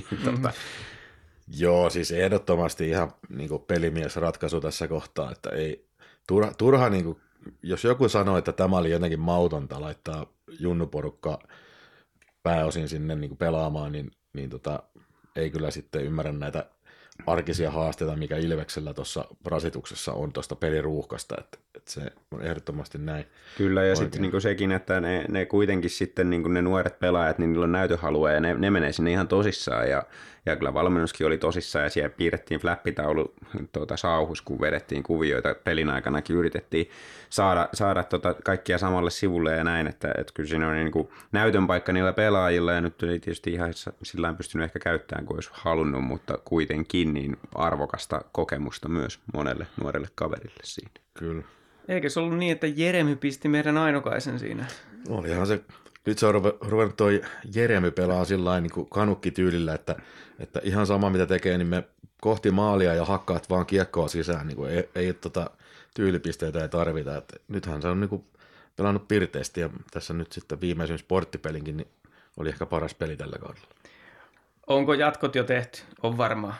Speaker 4: Joo, siis ehdottomasti ihan niin kuin pelimiesratkaisu tässä kohtaa, että ei turha niin kuin, jos joku sanoo, että tämä oli jotenkin mautonta laittaa junnuporukka pääosin sinne niin kuin pelaamaan, niin ei kyllä sitten ymmärrä näitä arkisia haasteita, mikä Ilveksellä tuossa rasituksessa on tuosta peliruuhkasta, että se on ehdottomasti näin.
Speaker 3: Kyllä, ja sitten niin sekin, että ne kuitenkin sitten niin ne nuoret pelaajat, niin niillä on näytöhalua, ja ne menee sinne ihan tosissaan, ja kyllä valmennuskin oli tosissaan, ja siellä piirrettiin flappitaulu sauhus, kun vedettiin kuvioita pelin aikanakin, yritettiin saada kaikkia samalle sivulle ja näin, että kyllä siinä on niin kuin näytön paikka niillä pelaajilla, ja nyt ei tietysti ihan sillä lailla pystynyt ehkä käyttämään, kun olisi halunnut, mutta kuitenkin niin arvokasta kokemusta myös monelle nuorelle kaverille siinä.
Speaker 4: Kyllä.
Speaker 2: Eikä se ollut niin, että Jeremy pisti meidän Ainokaisen siinä?
Speaker 4: Olihan se, nyt se on ruvennut toi Jeremy pelaa sillä niin kanukkityylillä, että ihan sama mitä tekee, niin me kohti maalia ja hakkaat vaan kiekkoa sisään, niin ei tyylipisteitä ei tarvita. Että nythän se on niin kuin pelannut pirteästi ja tässä nyt sitten viimeisen sporttipelinkin niin oli ehkä paras peli tällä kaudella.
Speaker 2: Onko jatkot jo tehty? On varmaan.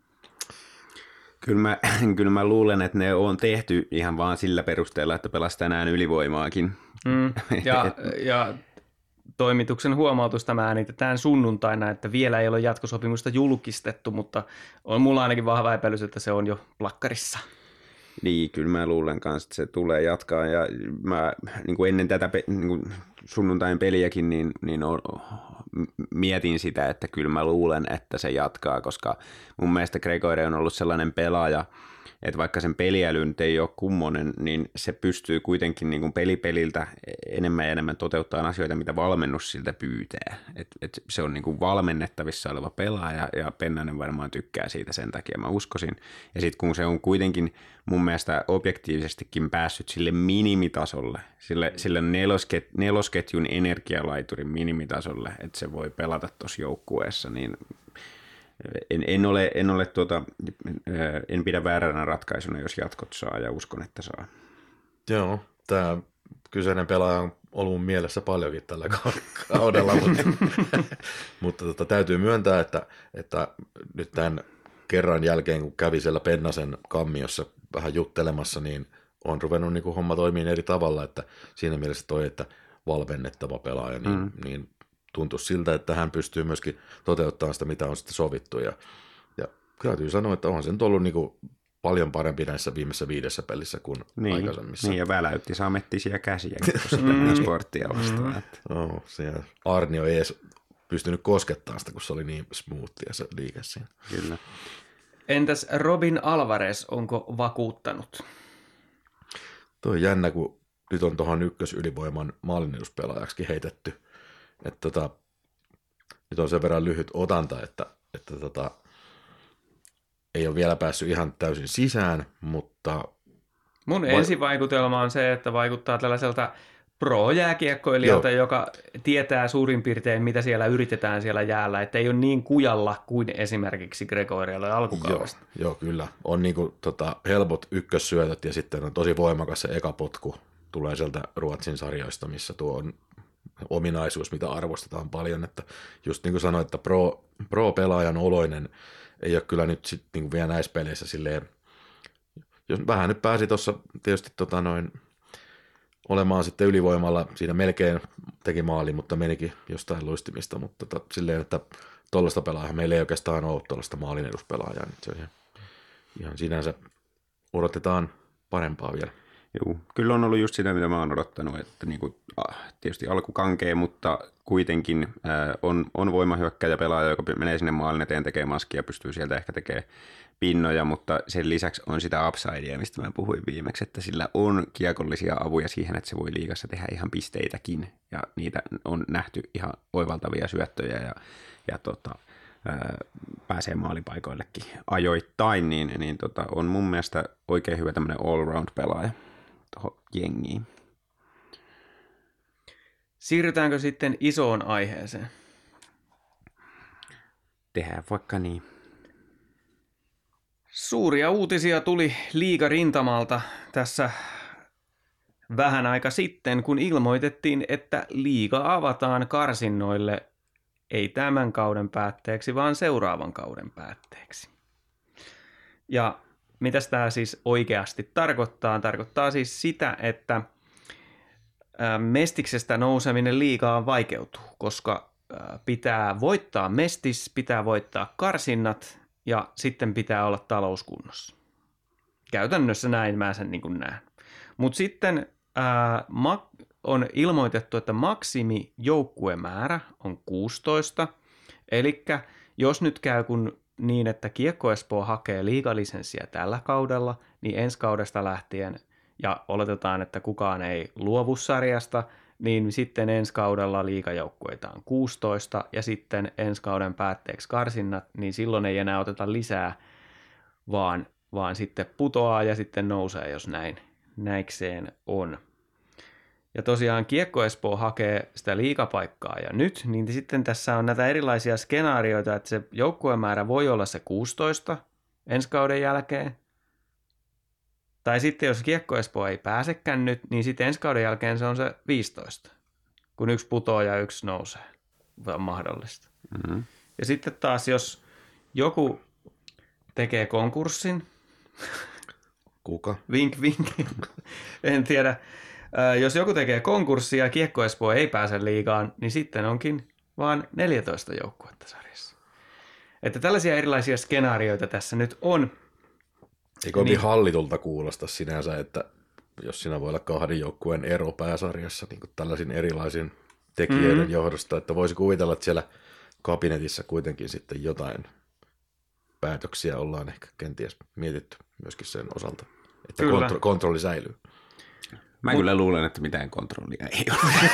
Speaker 3: Kyllä mä luulen, että ne on tehty ihan vaan sillä perusteella, että pelasi tänään ylivoimaakin.
Speaker 2: Ja toimituksen huomautusta mä äänitetään sunnuntaina, että vielä ei ole jatkosopimusta julkistettu, mutta on mulla ainakin vahva epäilys, että se on jo plakkarissa.
Speaker 3: Niin, kyllä mä luulen kanssa, että se tulee jatkaa ja mä niin kuin ennen tätä niin kuin sunnuntain peliäkin niin mietin sitä, että kyllä mä luulen, että se jatkaa, koska mun mielestä Gregore on ollut sellainen pelaaja, että vaikka sen peliäly nyt ei ole kummonen, niin se pystyy kuitenkin niin kuin peliltä enemmän ja enemmän toteuttaa asioita, mitä valmennus siltä pyytää. Et se on niin kuin valmennettavissa oleva pelaaja ja Pennanen varmaan tykkää siitä sen takia, mä uskoisin. Ja sitten kun se on kuitenkin mun mielestä objektiivisestikin päässyt sille minimitasolle, sille nelosketjun energialaiturin minimitasolle, että se voi pelata tuossa joukkueessa, niin en pidä vääränä ratkaisuna, jos jatkot saa ja uskon, että saa.
Speaker 4: Joo, tämä kyseinen pelaaja on ollut mun mielessä paljonkin tällä kaudella, mutta täytyy myöntää, että nyt tämän kerran jälkeen, kun kävi siellä Pennasen kammiossa vähän juttelemassa, niin on ruvennut niin kuin homma toimii eri tavalla, että siinä mielessä toi, että valmennettava pelaaja, niin tuntuisi siltä, että hän pystyy myöskin toteuttamaan sitä, mitä on sitten sovittu. Ja täytyy sanoa, että onhan se nyt ollut niin kuin paljon parempi näissä viimeisissä 5 pelissä kuin aikaisemmissa.
Speaker 3: Niin, ja väläytti samettisia käsiä sporttia vastaan.
Speaker 4: Siellä Arnio ei edes pystynyt koskettamaan sitä, kun se oli niin smoothia se liike siinä.
Speaker 3: Kyllä.
Speaker 2: Entäs Robin Alvarez, onko vakuuttanut?
Speaker 4: Tuo on jännä, kun nyt on tuohon ykkösylivoiman maalineduspelaajaksikin heitetty. Että nyt on sen verran lyhyt otanta, että ei ole vielä päässyt ihan täysin sisään, mutta...
Speaker 2: Mun ensivaikutelma on se, että vaikuttaa tällaiselta pro-jääkiekkoilijalta, joka tietää suurin piirtein, mitä siellä yritetään siellä jäällä, että ei ole niin kujalla kuin esimerkiksi Gregorialla alkukaudesta.
Speaker 4: Joo, kyllä. On niinku helpot ykkössyötöt ja sitten on tosi voimakas se eka potku. Tulee sieltä Ruotsin sarjoista, missä tuo on ominaisuus, mitä arvostetaan paljon, että just niin kuin sanoin, että pro-pelaajan oloinen ei ole kyllä nyt sit niin kuin vielä näissä peleissä silleen, jos vähän nyt pääsi tuossa tietysti olemaan sitten ylivoimalla, siinä melkein teki maali, mutta menikin jostain luistimista, mutta silleen, että tuollaista pelaajaa meillä ei oikeastaan ole tuollaista maalin eduspelaajaa, niin se on ihan sinänsä odotetaan parempaa vielä.
Speaker 3: Joo, kyllä on ollut just sitä, mitä mä oon odottanut, että niinku, tietysti alkukankea, mutta kuitenkin on voimahyökkäjä pelaaja, joka menee sinne maalin eteen, tekee maskia ja pystyy sieltä ehkä tekemään pinnoja, mutta sen lisäksi on sitä upsidea, mistä mä puhuin viimeksi, että sillä on kiekollisia avuja siihen, että se voi liigassa tehdä ihan pisteitäkin ja niitä on nähty ihan oivaltavia syöttöjä ja pääsee maalipaikoillekin ajoittain, niin on mun mielestä oikein hyvä tämmöinen all-round-pelaaja tuohon jengiin.
Speaker 2: Siirrytäänkö sitten isoon aiheeseen?
Speaker 3: Tehdään vaikka niin.
Speaker 2: Suuria uutisia tuli liigarintamalta tässä vähän aika sitten, kun ilmoitettiin, että liiga avataan karsinnoille ei tämän kauden päätteeksi, vaan seuraavan kauden päätteeksi. Ja mitä tämä siis oikeasti tarkoittaa? Tarkoittaa siis sitä, että mestiksestä nouseminen liigaan vaikeutuu, koska pitää voittaa mestis, pitää voittaa karsinnat ja sitten pitää olla talouskunnossa. Käytännössä näin mä sen niin kuin näen. Mutta sitten on ilmoitettu, että maksimi joukkuemäärä on 16. Eli jos nyt käy niin, että Kiekko Espoo hakee liigalisenssiä tällä kaudella, niin ensi kaudesta lähtien, ja oletetaan, että kukaan ei luovu sarjasta, niin sitten ensi kaudella liigajoukkueita on 16, ja sitten ensi kauden päätteeksi karsinnat, niin silloin ei enää oteta lisää, vaan sitten putoaa ja sitten nousee, jos näikseen on. Ja tosiaan Kiekko Espoo hakee sitä liigapaikkaa ja nyt, niin sitten tässä on näitä erilaisia skenaarioita, että se joukkuemäärä voi olla se 16 ensi kauden jälkeen. Tai sitten jos Kiekko Espoo ei pääsekään nyt, niin sitten ensi kauden jälkeen se on se 15, kun yksi putoaa ja yksi nousee. On mahdollista. Mm-hmm. Ja sitten taas, jos joku tekee konkurssin.
Speaker 4: Kuka?
Speaker 2: Vink, vink. En tiedä. Jos joku tekee konkurssia ja Kiekko Espoo ei pääse liigaan, niin sitten onkin vain 14 joukkuetta sarjassa. Että tällaisia erilaisia skenaarioita tässä nyt on.
Speaker 4: Eikö niin hallitulta kuulosta sinänsä, että jos siinä voi olla 2 joukkueen ero pääsarjassa niin kuin tällaisin erilaisin tekijöiden johdosta, että voisi kuvitella, että siellä kabinetissa kuitenkin sitten jotain päätöksiä ollaan ehkä kenties mietitty myöskin sen osalta, että kontrolli säilyy.
Speaker 3: Mä kyllä luulen, että mitään kontrollia ei ole.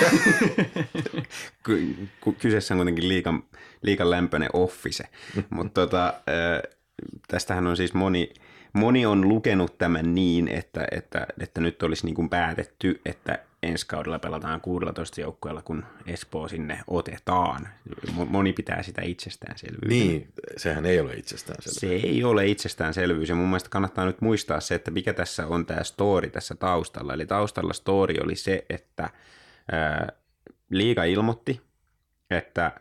Speaker 3: Kyseessä on kuitenkin liikan lämpöinen office, mutta tästähän on siis moni on lukenut tämän niin, että nyt olisi niin kuin päätetty, että ensi kaudella pelataan 16 joukkueella, kun Espoo sinne otetaan. Moni pitää sitä itsestäänselvyytenä.
Speaker 4: Niin, sehän ei ole itsestäänselvyys.
Speaker 3: Se ei ole itsestäänselvyys, ja mun mielestä kannattaa nyt muistaa se, että mikä tässä on tämä story tässä taustalla. Eli taustalla story oli se, että liiga ilmoitti, että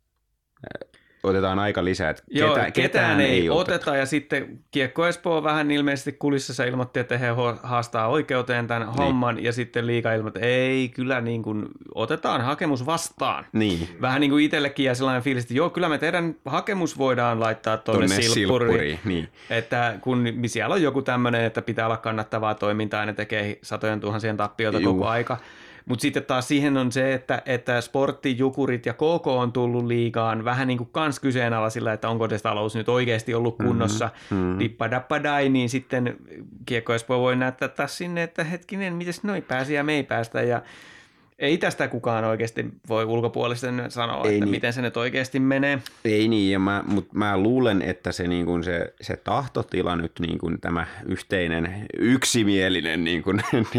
Speaker 3: otetaan aika lisää, että ketään ei oteta.
Speaker 2: Ja sitten Kiekko Espoo vähän ilmeisesti kulissassa ilmoitti, että he haastaa oikeuteen tämän homman, ja sitten liiga ilmoitti, että ei, kyllä niin kuin otetaan hakemus vastaan.
Speaker 3: Niin.
Speaker 2: Vähän niin kuin itsellekin ja sellainen fiilis, että joo, kyllä me teidän hakemus voidaan laittaa tuonne silppuriin.
Speaker 3: Niin.
Speaker 2: Että kun siellä on joku tämmöinen, että pitää olla kannattavaa toimintaa, ja ne tekee satojen tuhansien tappiota koko aika. Mutta sitten taas siihen on se, että Sportti, Jukurit ja KK on tullut liigaan vähän niin kuin kans kyseenalaisilla, että onko se talous nyt oikeasti ollut kunnossa. Dippadappadai, niin sitten Kiekko Espoo voi näyttää taas sinne, että hetkinen, miten noi pääsi ja me ei päästä. Ja ei tästä kukaan oikeasti voi ulkopuolisten sanoa, ei että niin. Miten se nyt oikeasti menee. Ei
Speaker 3: niin, mutta mä luulen, että se, niin kun se tahtotila nyt, niin kun tämä yhteinen, yksimielinen, niin kuin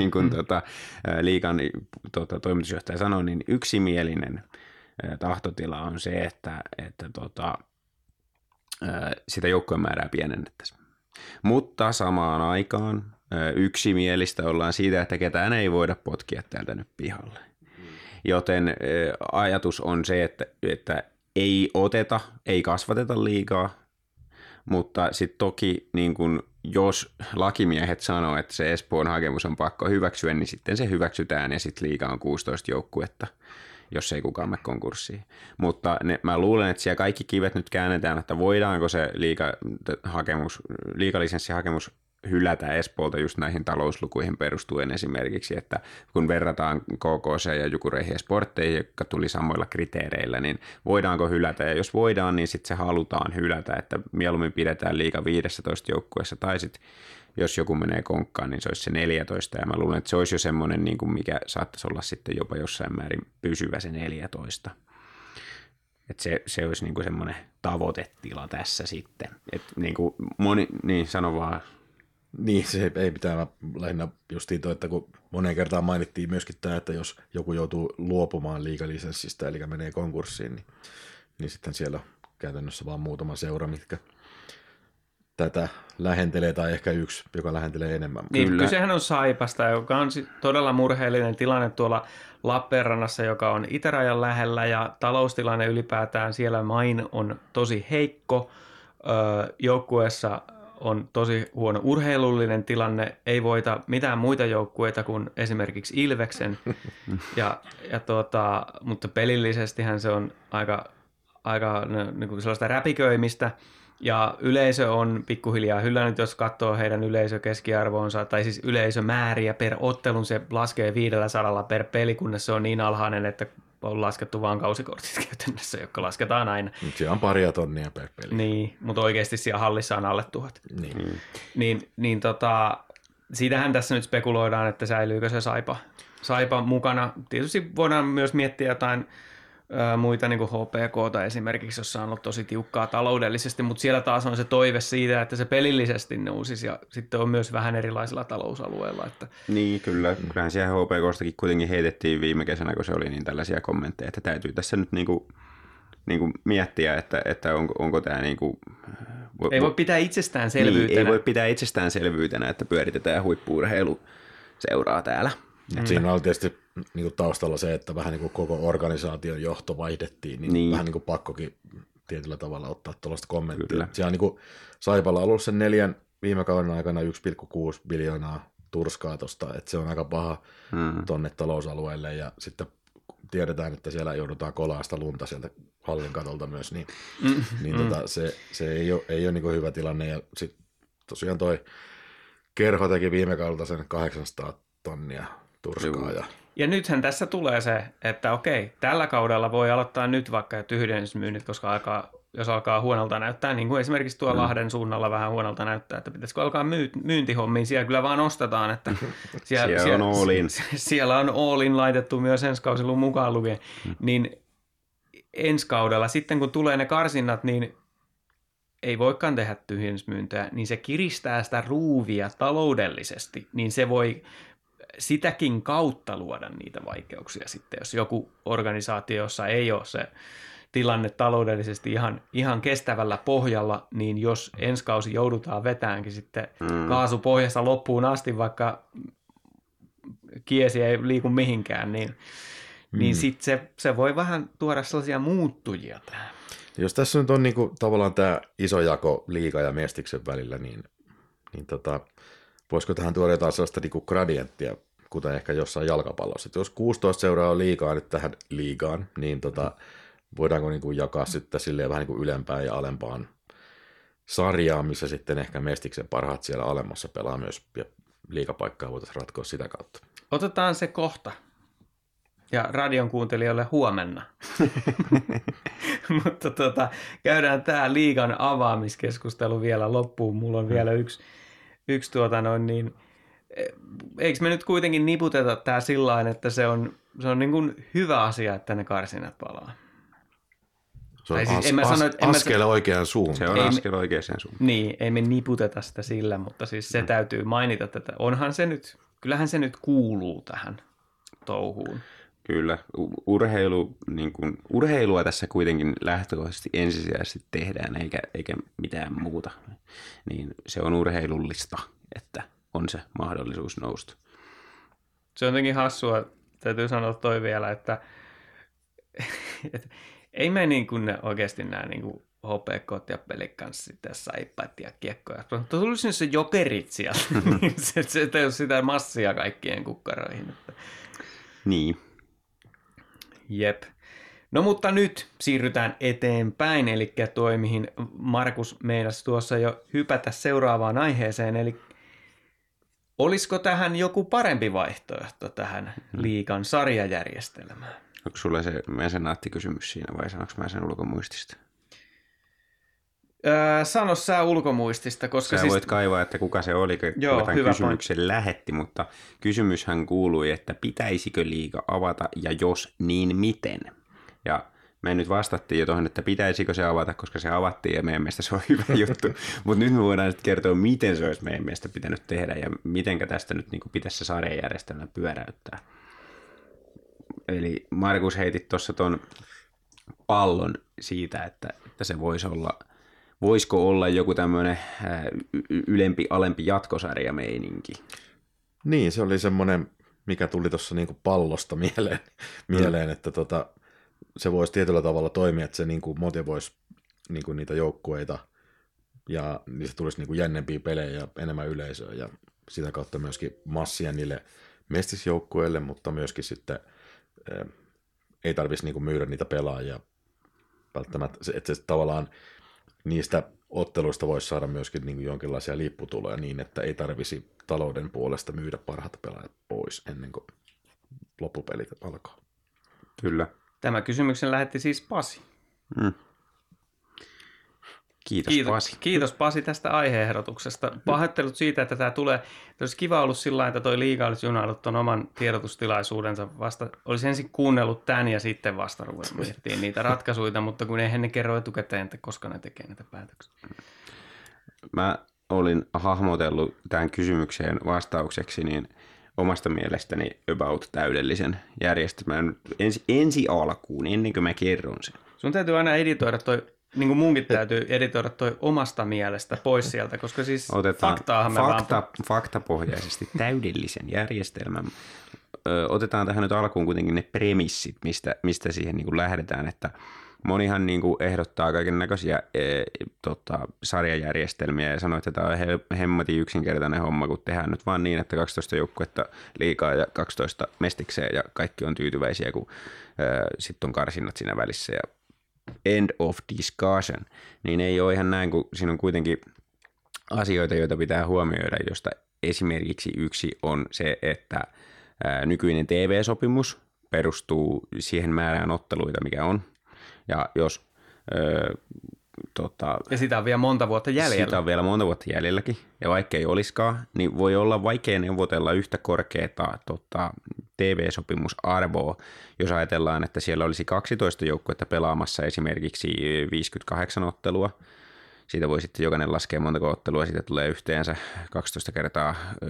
Speaker 3: liigan toimitusjohtaja sanoi, niin yksimielinen tahtotila on se, että sitä joukkojen määrää pienennettäisiin. Mutta samaan aikaan yksimielistä ollaan siitä, että ketään ei voida potkia täältä nyt pihalle. Joten ajatus on se, että ei oteta, ei kasvateta liigaa, mutta sitten toki niin kun, jos lakimiehet sanoo, että se Espoon hakemus on pakko hyväksyä, niin sitten se hyväksytään ja sitten liiga on 16 joukkuetta, jos ei kukaan mene konkurssiin. Mutta mä luulen, että siellä kaikki kivet nyt käännetään, että voidaanko se liigalisenssihakemus hylätä Espoolta just näihin talouslukuihin perustuen esimerkiksi, että kun verrataan KKC ja Jukureihin ja Sportteihin, jotka tuli samoilla kriteereillä, niin voidaanko hylätä, ja jos voidaan, niin sitten se halutaan hylätä, että mieluummin pidetään liiga 15 joukkueessa, tai sitten jos joku menee konkkaan, niin se olisi se 14, ja mä luulen, että se olisi jo semmoinen, niin kuin mikä saattaisi olla sitten jopa jossain määrin pysyvä se 14. Että se olisi niin kuin semmoinen tavoitetila tässä sitten. Että niin kuin sano vaan.
Speaker 4: Niin, se ei pitää lähinnä justiin toi, että kun moneen kertaan mainittiin myöskin tämä, että jos joku joutuu luopumaan liigalisenssistä, eli menee konkurssiin, niin sitten siellä on käytännössä vaan muutama seura, mitkä tätä lähentelee, tai ehkä yksi, joka lähentelee enemmän.
Speaker 2: Niin, kysehän on Saipasta, joka on todella murheellinen tilanne tuolla Lappeenrannassa, joka on itärajan lähellä, ja taloustilanne ylipäätään siellä main on tosi heikko. Joukkueessa on tosi huono urheilullinen tilanne, ei voita mitään muita joukkueita kuin esimerkiksi Ilveksen, mutta pelillisestihän se on aika niin kuin sellaista räpiköimistä, ja yleisö on pikkuhiljaa hyllännyt, jos katsoo heidän yleisökeskiarvoonsa, tai siis yleisömääriä per ottelun, se laskee 500 per peli, kunnes se on niin alhainen, että on laskettu vaan kausikortit käytännössä, jotka lasketaan aina.
Speaker 4: Siellä on 2 tonnia per peli.
Speaker 2: Niin, mutta oikeasti siellä hallissa on alle 1000. Niin. Siitähän tässä nyt spekuloidaan, että säilyykö se Saipa mukana. Tietysti voidaan myös miettiä jotain muita niin kuin HPK:ta esimerkiksi, jossa on ollut tosi tiukkaa taloudellisesti, mutta siellä taas on se toive siitä, että se pelillisesti nousisi ja sitten on myös vähän erilaisilla talousalueilla. Että...
Speaker 3: Niin, kyllähän siellä HPK:stakin kuitenkin heitettiin viime kesänä, kun se oli niin tällaisia kommentteja, että täytyy tässä nyt niinku miettiä, että onko tämä niinku...
Speaker 2: Ei voi pitää itsestäänselvyytenä.
Speaker 3: Niin, ei voi pitää itsestäänselvyytenä, että pyöritetään huippu-urheiluseuraa täällä.
Speaker 4: Siinä on tietysti niin taustalla se, että vähän niin koko organisaation johto vaihdettiin, niin vähän niin pakkokin tietyllä tavalla ottaa tuollaista kommenttia.
Speaker 3: Kyllä.
Speaker 4: Siellä on niin Saipalla ollut sen 4 viime kauden aikana 1,6 biljoonaa turskaa tuosta, että se on aika paha tonne talousalueelle ja sitten tiedetään, että siellä joudutaan kolaasta lunta sieltä hallin katolta myös, niin se ei ole niin hyvä tilanne ja sitten tosiaan toi Kerho teki viime kaudelta sen 800 tonnia turskaa.
Speaker 2: Ja nythän tässä tulee se, että okei, tällä kaudella voi aloittaa nyt vaikka tyhjennysmyynnit, koska jos alkaa huonolta näyttää, niin kuin esimerkiksi tuo Lahden suunnalla vähän huonolta näyttää, että pitäisikö alkaa myyntihommiin, siellä kyllä vaan ostetaan, että
Speaker 3: siellä on all in.
Speaker 2: Siellä on all in laitettu myös ensi kausilun mukaan lukien, niin ensi kaudella sitten kun tulee ne karsinnat, niin ei voikaan tehdä tyhjennysmyyntejä, niin se kiristää sitä ruuvia taloudellisesti, niin se voi sitäkin kautta luoda niitä vaikeuksia sitten, jos joku organisaatio, jossa ei ole se tilanne taloudellisesti ihan kestävällä pohjalla, niin jos ensi kausi joudutaan vetäänkin sitten kaasupohjassa loppuun asti, vaikka kiesi ei liiku mihinkään, niin sitten se voi vähän tuoda sellaisia muuttujia tähän.
Speaker 4: Jos tässä nyt on niinku tavallaan tämä iso jako liiga ja mestiksen välillä, niin voisiko tähän tuoda jotain sellaista niinku gradienttia, kuten ehkä jossain jalkapallossa. Että jos 16 seuraa on liigaa nyt tähän liigaan, niin voidaanko niinku jakaa sitten silleen vähän niinku ylempään ja alempaan sarjaan, missä sitten ehkä mestiksen parhaat siellä alemmassa pelaa myös, ja liigapaikkaa voitaisiin ratkoa sitä kautta.
Speaker 2: Otetaan se kohta. Ja radion kuuntelijoille huomenna. Mutta käydään tämä liigan avaamiskeskustelu vielä loppuun. Mulla on vielä yksi eikö me nyt kuitenkin niputeta tämä sillain, että se on niin kuin hyvä asia, että ne karsinat palaa?
Speaker 4: Se on askel oikeaan suuntaan.
Speaker 3: Se on askel oikeaan suuntaan.
Speaker 2: Niin, ei me niputeta sitä sillä, mutta siis se täytyy mainita, että kyllähän se nyt kuuluu tähän touhuun.
Speaker 3: Kyllä, urheilua tässä kuitenkin lähtökohtaisesti ensisijaisesti tehdään, eikä mitään muuta. Niin se on urheilullista, että on se mahdollisuus nousta.
Speaker 2: Se on jotenkin hassua, täytyy sanoa toi vielä, että ei me niin kuin oikeasti nämä niin kuin HPK ja pelikanssit ja saippat ja kiekkoja. Mutta tulisi se jokerit sieltä, se ei ole sitä massia kaikkien kukkaroihin.
Speaker 3: Niin.
Speaker 2: Jep. No mutta nyt siirrytään eteenpäin, eli toi mihin Markus meinasi tuossa jo hypätä seuraavaan aiheeseen, eli olisiko tähän joku parempi vaihtoehto tähän liigan sarjajärjestelmään?
Speaker 3: Onko sulla se mesenaattikysymys siinä vai sanoinko mä sen ulkomuistista?
Speaker 2: Sano sä ulkomuistista, koska
Speaker 3: sä voit kaivaa, että kuka se oli, kun tämän kysymyksen lähetti, mutta kysymyshän kuului, että pitäisikö liiga avata ja jos, niin miten? Ja me nyt vastattiin jo tuohon, että pitäisikö se avata, koska se avattiin ja meidän mielestä se on hyvä juttu, mutta nyt me voidaan sitten kertoa, miten se olisi meidän mielestä pitänyt tehdä ja mitenkä tästä nyt niin pitäisi se sarjajärjestelmä pyöräyttää. Eli Markus heitit tuossa tuon pallon siitä, että se voisiko olla joku tämmöinen alempi jatkosarjameininki?
Speaker 4: Niin, se oli semmoinen, mikä tuli tuossa niinku pallosta mieleen että se voisi tietyllä tavalla toimia, että se niinku motivoisi niinku niitä joukkueita ja niistä tulisi niinku jännempiä pelejä ja enemmän yleisöä ja sitä kautta myöskin massia niille mestisjoukkueille, mutta myöskin sitten ei tarvitsisi niinku myydä niitä pelaajia välttämättä, että se tavallaan niistä otteluista voisi saada myöskin niin kuin jonkinlaisia lipputuloja niin, että ei tarvisi talouden puolesta myydä parhaat pelaajat pois ennen kuin loppupelit alkaa.
Speaker 3: Kyllä.
Speaker 2: Tämä kysymyksen lähetti siis Pasi. Kiitos Pasi tästä aihe-ehdotuksesta. Pahoittelut siitä, että tämä tulee. Olisi kiva ollut sillä lailla, että toi liiga olisi junaillut tuon oman tiedotustilaisuudensa vasta. Olisi ensin kuunnellut tämän ja sitten vasta ruvennut miettimään niitä ratkaisuja, mutta kun eihän ne kerro etukäteen, että koska ne tekee näitä päätöksiä.
Speaker 3: Mä olin hahmotellut tämän kysymykseen vastaukseksi niin omasta mielestäni about täydellisen järjestelmän ensi alkuun, ennen kuin mä kerron sen.
Speaker 2: Sun täytyy aina editoida toi, niin kuin munkin täytyy editoida toi omasta mielestä pois sieltä, koska siis faktaahan me
Speaker 3: faktapohjaisesti täydellisen järjestelmän. Otetaan tähän nyt alkuun kuitenkin ne premissit, mistä siihen niin kuin lähdetään, että monihan niin kuin ehdottaa kaiken näköisiä sarjajärjestelmiä ja sanoo, että tämä on hemmatin yksinkertainen homma, kun tehdään nyt vaan niin, että 12 joukkuetta liigaa ja 12 mestikseen ja kaikki on tyytyväisiä, kun sitten on karsinnat siinä välissä ja end of discussion, niin ei ole ihan näin, kun siinä on kuitenkin asioita, joita pitää huomioida, josta esimerkiksi yksi on se, että nykyinen TV-sopimus perustuu siihen määrään otteluita, mikä on. Ja jos
Speaker 2: ja sitä on vielä monta vuotta jäljellä.
Speaker 3: Sitä on vielä monta vuotta jäljelläkin. Ja vaikka ei olisikaan, niin voi olla vaikea neuvotella yhtä korkeata TV-sopimusarvoa, jos ajatellaan, että siellä olisi 12 joukkuetta pelaamassa esimerkiksi 58 ottelua. Siitä voi sitten jokainen laskea montako ottelua, siitä tulee yhteensä 12 kertaa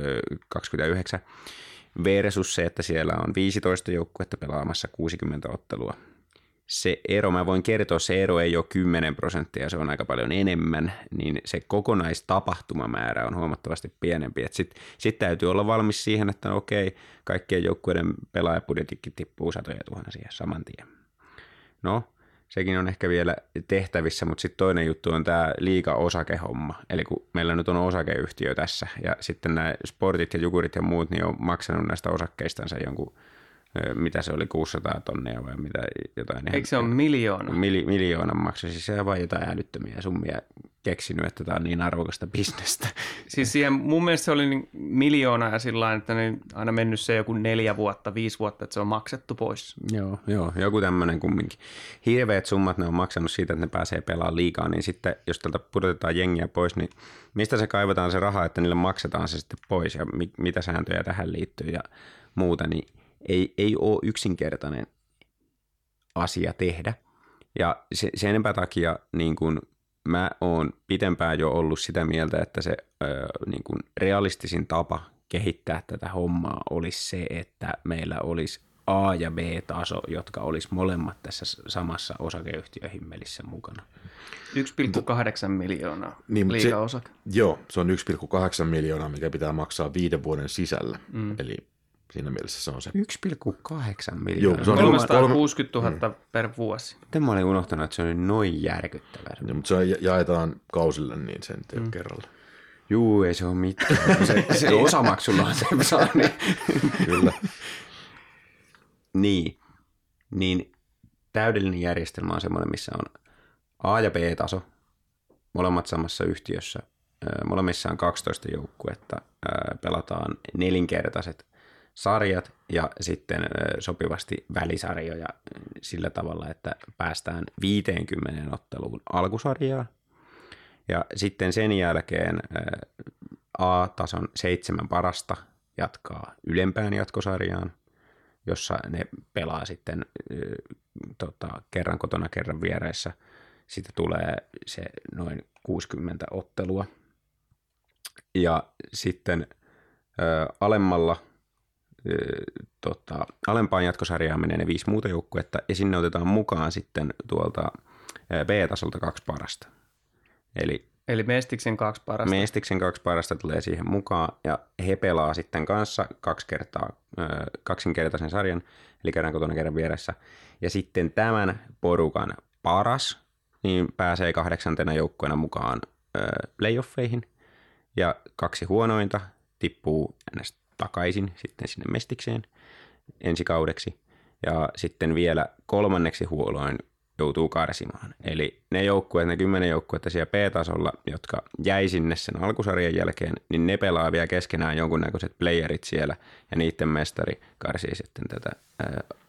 Speaker 3: 29. Versus se, että siellä on 15 joukkuetta pelaamassa 60 ottelua. Se ero, mä voin kertoa, se ero ei ole 10%, se on aika paljon enemmän, niin se kokonaistapahtumamäärä on huomattavasti pienempi. Sitten täytyy olla valmis siihen, että no okei, kaikkien joukkueiden pelaajapudjetitkin tippuu satoja tuhansia saman tien. No, sekin on ehkä vielä tehtävissä, mutta sitten toinen juttu on tämä liiga-osakehomma. Eli kun meillä nyt on osakeyhtiö tässä ja sitten nämä sportit ja jukurit ja muut, niin on maksanut näistä osakkeistansa jonkun, mitä se oli, 600 tonnia vai mitä jotain.
Speaker 2: Eikö se ole miljoona?
Speaker 3: Miljoonan maksu, siis se on vain jotain älyttömiä summia keksinyt, että tämä on niin arvokasta bisnestä.
Speaker 2: Siis siihen, mun mielestä se oli niin miljoona ja sillä lailla, että ne aina mennyt se joku 4 vuotta, 5 vuotta, että se on maksettu pois.
Speaker 3: Joo, joku tämmöinen kumminkin. Hirveät summat ne on maksanut siitä, että ne pääsee pelaamaan liigaa, niin sitten jos tältä pudotetaan jengiä pois, niin mistä se kaivataan se raha, että niille maksetaan se sitten pois ja mitä sääntöjä tähän liittyy ja muuta, niin ei ole yksinkertainen asia tehdä. Ja sen enempää takia niin kun mä oon pitempään jo ollut sitä mieltä, että se niin kun realistisin tapa kehittää tätä hommaa olisi se, että meillä olisi A- ja B-taso, jotka olisi molemmat tässä samassa osakeyhtiöhimmelissä mukana.
Speaker 2: 1,8 miljoonaa
Speaker 4: niin,
Speaker 2: liigaosake.
Speaker 4: Joo, se on 1,8 miljoonaa, mikä pitää maksaa 5 vuoden sisällä. Eli siinä mielessä se on se.
Speaker 3: 1,8 miljoonaa.
Speaker 4: Joo, se on
Speaker 2: 360 000 per vuosi.
Speaker 3: Miten mä olin unohtanut, että se on noin järkyttävää.
Speaker 4: Ja, mutta se jaetaan kausille, niin sen kerralla.
Speaker 3: Juu, ei se ole mitään. Se osamaksulla se saa.
Speaker 4: Kyllä.
Speaker 3: Niin täydellinen järjestelmä on semmoinen, missä on A- ja B-taso, molemmat samassa yhtiössä. Molemmissa on 12 joukkuetta, pelataan nelinkertaiset sarjat ja sitten sopivasti välisarjoja sillä tavalla, että päästään 50 otteluun alkusarjaa. Ja sitten sen jälkeen A-tason 7 parasta jatkaa ylempään jatkosarjaan, jossa ne pelaa sitten kerran kotona, kerran viereissä. Sitten tulee se noin 60 ottelua. Ja sitten alempaan jatkosarjaan menee ne 5 muuta joukkuetta, ja sinne otetaan mukaan sitten tuolta B-tasolta 2 parasta.
Speaker 2: Eli Mestiksen 2 parasta.
Speaker 3: Mestiksen 2 parasta tulee siihen mukaan, ja he pelaa sitten kanssa 2 kertaa kaksinkertaisen sarjan, eli kerran kotona, kerran vieressä. Ja sitten tämän porukan paras niin pääsee 8. joukkueena mukaan playoffeihin, ja 2 huonointa tippuu takaisin sitten sinne Mestikseen ensi kaudeksi, ja sitten vielä 3. huoloin joutuu karsimaan. Eli ne joukkueet, ne 10 joukkuetta siellä B-tasolla, jotka jäi sinne sen alkusarjan jälkeen, niin ne pelaa vielä keskenään jonkunnäköiset playerit siellä, ja niiden mestari karsii sitten tätä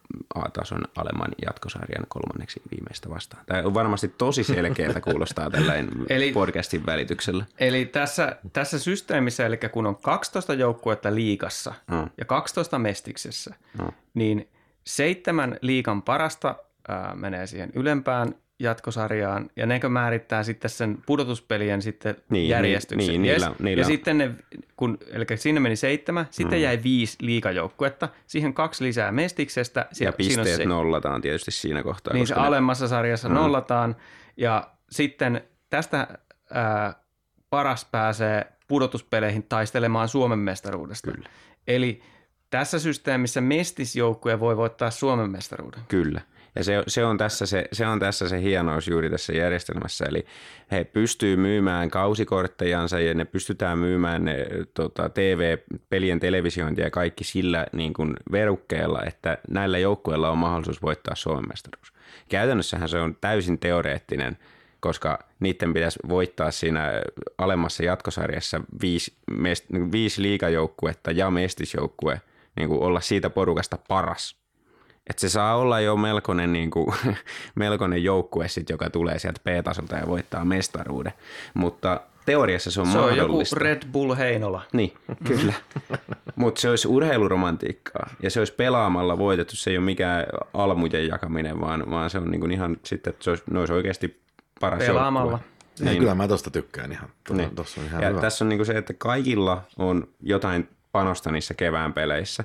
Speaker 3: A-tason alemman jatkosarjan 3. viimeistä vastaan. Tämä on varmasti tosi selkeältä kuulostaa tällainen podcastin välityksellä.
Speaker 2: Eli tässä systeemissä, eli kun on 12 joukkuetta liigassa ja 12 mestiksessä, niin 7 liigan parasta menee siihen ylempään jatkosarjaan, ja nekö määrittää sitten sen pudotuspelien sitten järjestyksen.
Speaker 3: Niillä.
Speaker 2: Ja sitten eli sinne meni 7, sitten jäi 5 liigajoukkuetta, siihen 2 lisää mestiksestä.
Speaker 3: Ja pisteet nollataan tietysti siinä kohtaa.
Speaker 2: Niin se alemmassa sarjassa nollataan, ja sitten tästä paras pääsee pudotuspeleihin taistelemaan Suomen mestaruudesta. Kyllä. Eli tässä systeemissä mestisjoukkue voi voittaa Suomen mestaruuden.
Speaker 3: Kyllä. Ja se on tässä se hienous juuri tässä järjestelmässä, eli he pystyy myymään kausikorttejansa ja ne pystytään myymään ne pelien televisiointia ja kaikki sillä niin kuin verukkeella, että näillä joukkueilla on mahdollisuus voittaa Suomen mestaruus. Käytännössähän se on täysin teoreettinen, koska niiden pitäisi voittaa siinä alemmassa jatkosarjassa 5 liigajoukkuetta ja mestisjoukkue, niin kuin olla siitä porukasta paras. Että se saa olla jo melkoinen joukkue, sit, joka tulee sieltä B-tasolta ja voittaa mestaruuden. Mutta teoriassa se on mahdollista.
Speaker 2: Se on joku Red Bull Heinola.
Speaker 3: Niin, kyllä. Mutta se olisi urheiluromantiikkaa ja se olisi pelaamalla voitettu. Se ei ole mikään almujen jakaminen, vaan se on niinku ihan sitten, että ne olisi oikeasti paras
Speaker 2: pelaamalla.
Speaker 3: joukkue.
Speaker 4: Niin. Kyllä mä tosta tykkään ihan.
Speaker 3: Niin.
Speaker 4: Tossa on ihan
Speaker 3: ja
Speaker 4: hyvä.
Speaker 3: tässä on niinku se, että kaikilla on jotain panosta niissä kevään peleissä.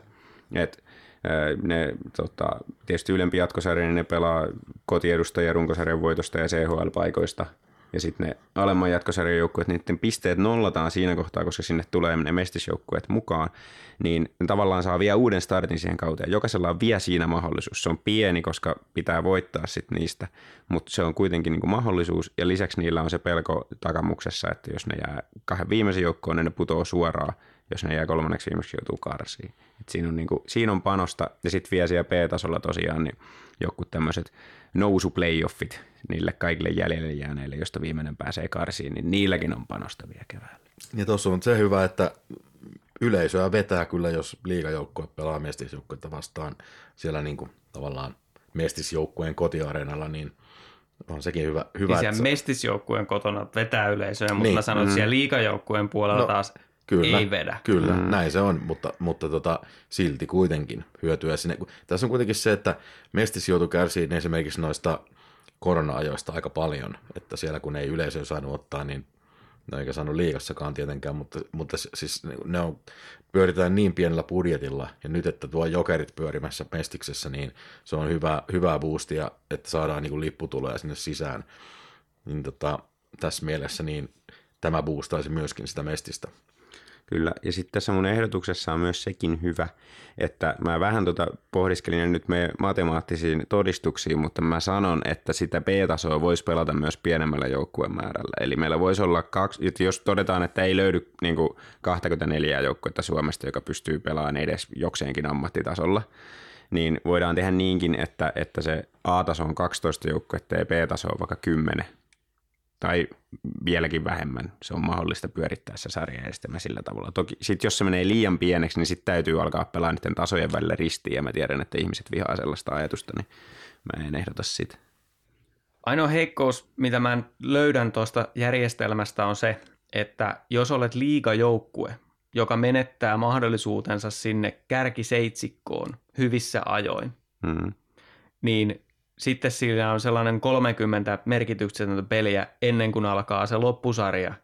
Speaker 3: Ne tietysti ylempi jatkosarja, niin ne pelaa kotiedustajia runkosarjan voitosta ja CHL-paikoista. Ja sitten ne alemman jatkosarjan joukkueet, niiden pisteet nollataan siinä kohtaa, koska sinne tulee ne mestisjoukkueet mukaan. Niin ne tavallaan saa vielä uuden startin siihen kauteen. Jokaisella on vielä siinä mahdollisuus. Se on pieni, koska pitää voittaa sitten niistä, mutta se on kuitenkin niinku mahdollisuus. Ja lisäksi niillä on se pelko takamuksessa, että jos ne jää 2 viimeisen joukkoon, niin ne putoo suoraan. Jos ne jää 3. viimeksi, joutuu karsiin. Siinä on panosta. Ja sitten vielä siellä B-tasolla tosiaan niin joku tämmöiset nousuplayoffit niille kaikille jäljelle jääneille, josta viimeinen pääsee karsiin, niin niilläkin on panosta vielä keväällä.
Speaker 4: Ja tuossa on se hyvä, että yleisöä vetää kyllä, jos liigajoukkue pelaa mestisjoukkuetta vastaan siellä niin kuin tavallaan mestisjoukkueen kotiareenalla, niin on sekin hyvä.
Speaker 2: Niin siellä mestisjoukkueen kotona vetää yleisöä, mutta mä sanon, että siellä liigajoukkueen puolella taas
Speaker 4: kyllä,
Speaker 2: ei vedä.
Speaker 4: Kyllä, näin se on, mutta silti kuitenkin hyötyä sinne. Tässä on kuitenkin se, että Mestis joutui kärsiin esimerkiksi noista korona-ajoista aika paljon, että siellä kun ei yleisöä saanut ottaa, niin no eikä saanut liigassakaan tietenkään, mutta siis pyöritään niin pienellä budjetilla, ja nyt, että tuo Jokerit pyörimässä Mestiksessä, niin se on hyvää boostia, että saadaan niin kuin lipputuloja sinne sisään. Niin tässä mielessä niin tämä boostaisi myöskin sitä Mestistä.
Speaker 3: Kyllä, ja sitten tässä mun ehdotuksessa on myös sekin hyvä, että mä vähän pohdiskelin nyt meidän matemaattisiin todistuksiin, mutta mä sanon, että sitä B-tasoa voisi pelata myös pienemmällä joukkuemäärällä. Eli meillä voisi olla jos todetaan, että ei löydy niin kuin 24 joukkuetta Suomesta, joka pystyy pelaamaan edes jokseenkin ammattitasolla, niin voidaan tehdä niinkin, että se A-taso on 12 joukkuetta ja B-taso on vaikka 10. Tai vieläkin vähemmän. Se on mahdollista pyörittää se sarjajärjestelmä sillä tavalla. Toki sitten jos se menee liian pieneksi, niin sitten täytyy alkaa pelaa niiden tasojen välillä ristiin. Ja mä tiedän, että ihmiset vihaa sellaista ajatusta, niin mä en ehdota sitä.
Speaker 2: Ainoa heikkous, mitä mä löydän tuosta järjestelmästä on se, että jos olet liigajoukkue, joka menettää mahdollisuutensa sinne kärkiseitsikkoon hyvissä ajoin, niin sitten siinä on sellainen 30 merkityksetöntä peliä ennen kuin alkaa se loppusarja.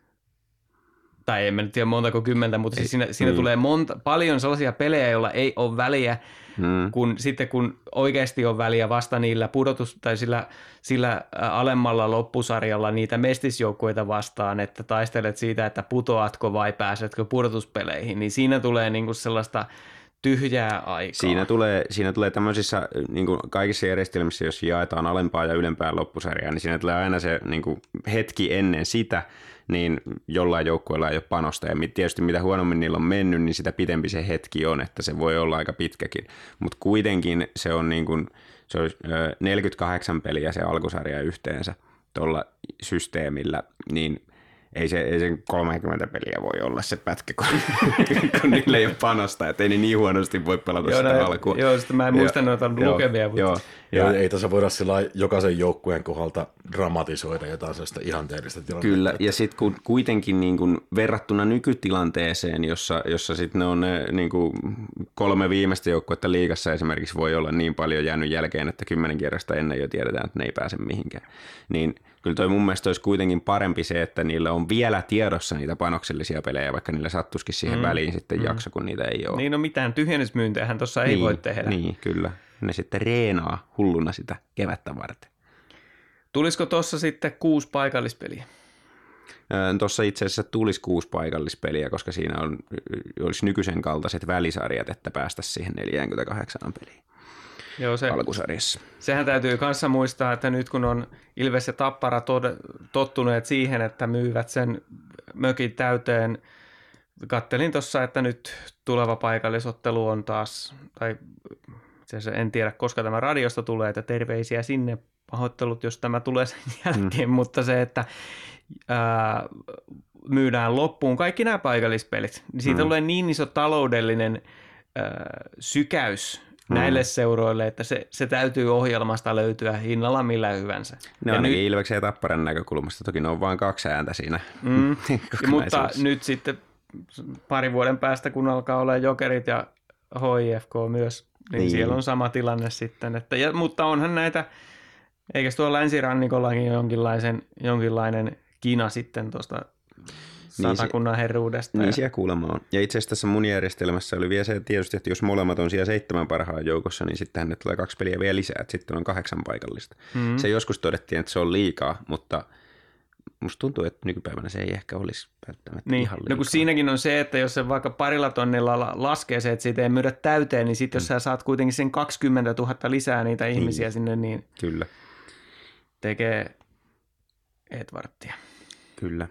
Speaker 2: Tai en nyt tiedä montako kymmentä, mutta siis siinä tulee paljon sellaisia pelejä, joilla ei ole väliä, kun oikeasti on väliä vasta niillä tai sillä alemmalla loppusarjalla niitä mestisjoukkueita vastaan, että taistelet siitä, että putoatko vai pääsetkö pudotuspeleihin, niin siinä tulee niinku sellaista tyhjää aikaa.
Speaker 3: Siinä tulee tämmöisissä niin kuin kaikissa järjestelmissä, jos jaetaan alempaa ja ylempää loppusarjaa, niin siinä tulee aina se niin kuin hetki ennen sitä, niin jollain joukkueella ei ole panosta. Ja tietysti mitä huonommin niillä on mennyt, niin sitä pitempi se hetki on, että se voi olla aika pitkäkin. Mutta kuitenkin se on, niin kuin, se on 48 peliä se alkusarja yhteensä tuolla systeemillä, niin ei sen 30 peliä voi olla se pätkä, kun niillä ei ole panosta, että ei niin huonosti voi pelata sitä alkua.
Speaker 2: Joo, sitten mä en muista noita lukemia.
Speaker 4: Joo, ei tässä voida sillä jokaisen joukkueen kohdalta dramatisoida jotain sellaista ihanteellista tilannetta.
Speaker 3: Kyllä, ja sitten kun kuitenkin niin kun verrattuna nykytilanteeseen, jossa sitten ne on ne niin kun 3 viimeistä joukkuetta liigassa esimerkiksi voi olla niin paljon jäänyt jälkeen, että 10 kierrosta ennen jo tiedetään, että ne ei pääse mihinkään. Niin kyllä toi mun mielestä olisi kuitenkin parempi se, että niillä on vielä tiedossa niitä panoksellisia pelejä, vaikka niillä sattuisikin siihen väliin sitten jakso, kun niitä ei ole.
Speaker 2: Niin, no mitään tyhjennysmyyntejähän tuossa ei voi tehdä.
Speaker 3: Niin, kyllä. Ne sitten reenaa hulluna sitä kevättä varten.
Speaker 2: Tulisiko tuossa sitten 6 paikallispeliä?
Speaker 3: Tuossa itse asiassa tulisi 6 paikallispeliä, koska siinä olisi nykyisen kaltaiset välisarjat, että päästäisiin siihen 48 peliin.
Speaker 2: Joo,
Speaker 3: alkusarjassa.
Speaker 2: Sehän täytyy kanssa muistaa, että nyt kun on Ilves ja Tappara tottuneet siihen, että myyvät sen mökin täyteen, kattelin tuossa, että nyt tuleva paikallisottelu on taas, tai en tiedä koska tämä radiosta tulee, että terveisiä sinne, pahoittelut, jos tämä tulee sen jälkeen, mutta se, että myydään loppuun kaikki nämä paikallispelit, niin siitä tulee niin iso taloudellinen sykäys näille seuroille, että se täytyy ohjelmasta löytyä hinnalla millä hyvänsä.
Speaker 3: Ne on Ilveksen ja Tapparan näkökulmasta, toki ne on vain 2 ääntä siinä.
Speaker 2: Mutta nyt sitten parin vuoden päästä, kun alkaa olla Jokerit ja HIFK myös, niin siellä on sama tilanne sitten. Mutta onhan näitä, eikä tuolla länsirannikollakin jonkinlainen kina sitten tuosta Satakunnan herruudesta.
Speaker 3: Niin siellä kuulemma on. Ja itse asiassa tässä mun järjestelmässä oli vielä se tietysti, että jos molemmat on siellä 7 parhaan joukossa, niin sitten ne tulee 2 peliä vielä lisää, että sitten on 8 paikallista. Se joskus todettiin, että se on liikaa, mutta musta tuntuu, että nykypäivänä se ei ehkä olisi välttämättä ihan liikaa.
Speaker 2: No kun siinäkin on se, että jos se vaikka 2 tonnilla laskee se, että siitä ei myydä täyteen, niin sitten jos sä saat kuitenkin sen 20 000 lisää niitä ihmisiä sinne, niin
Speaker 3: kyllä
Speaker 2: tekee Edvardia.
Speaker 3: Kyllä.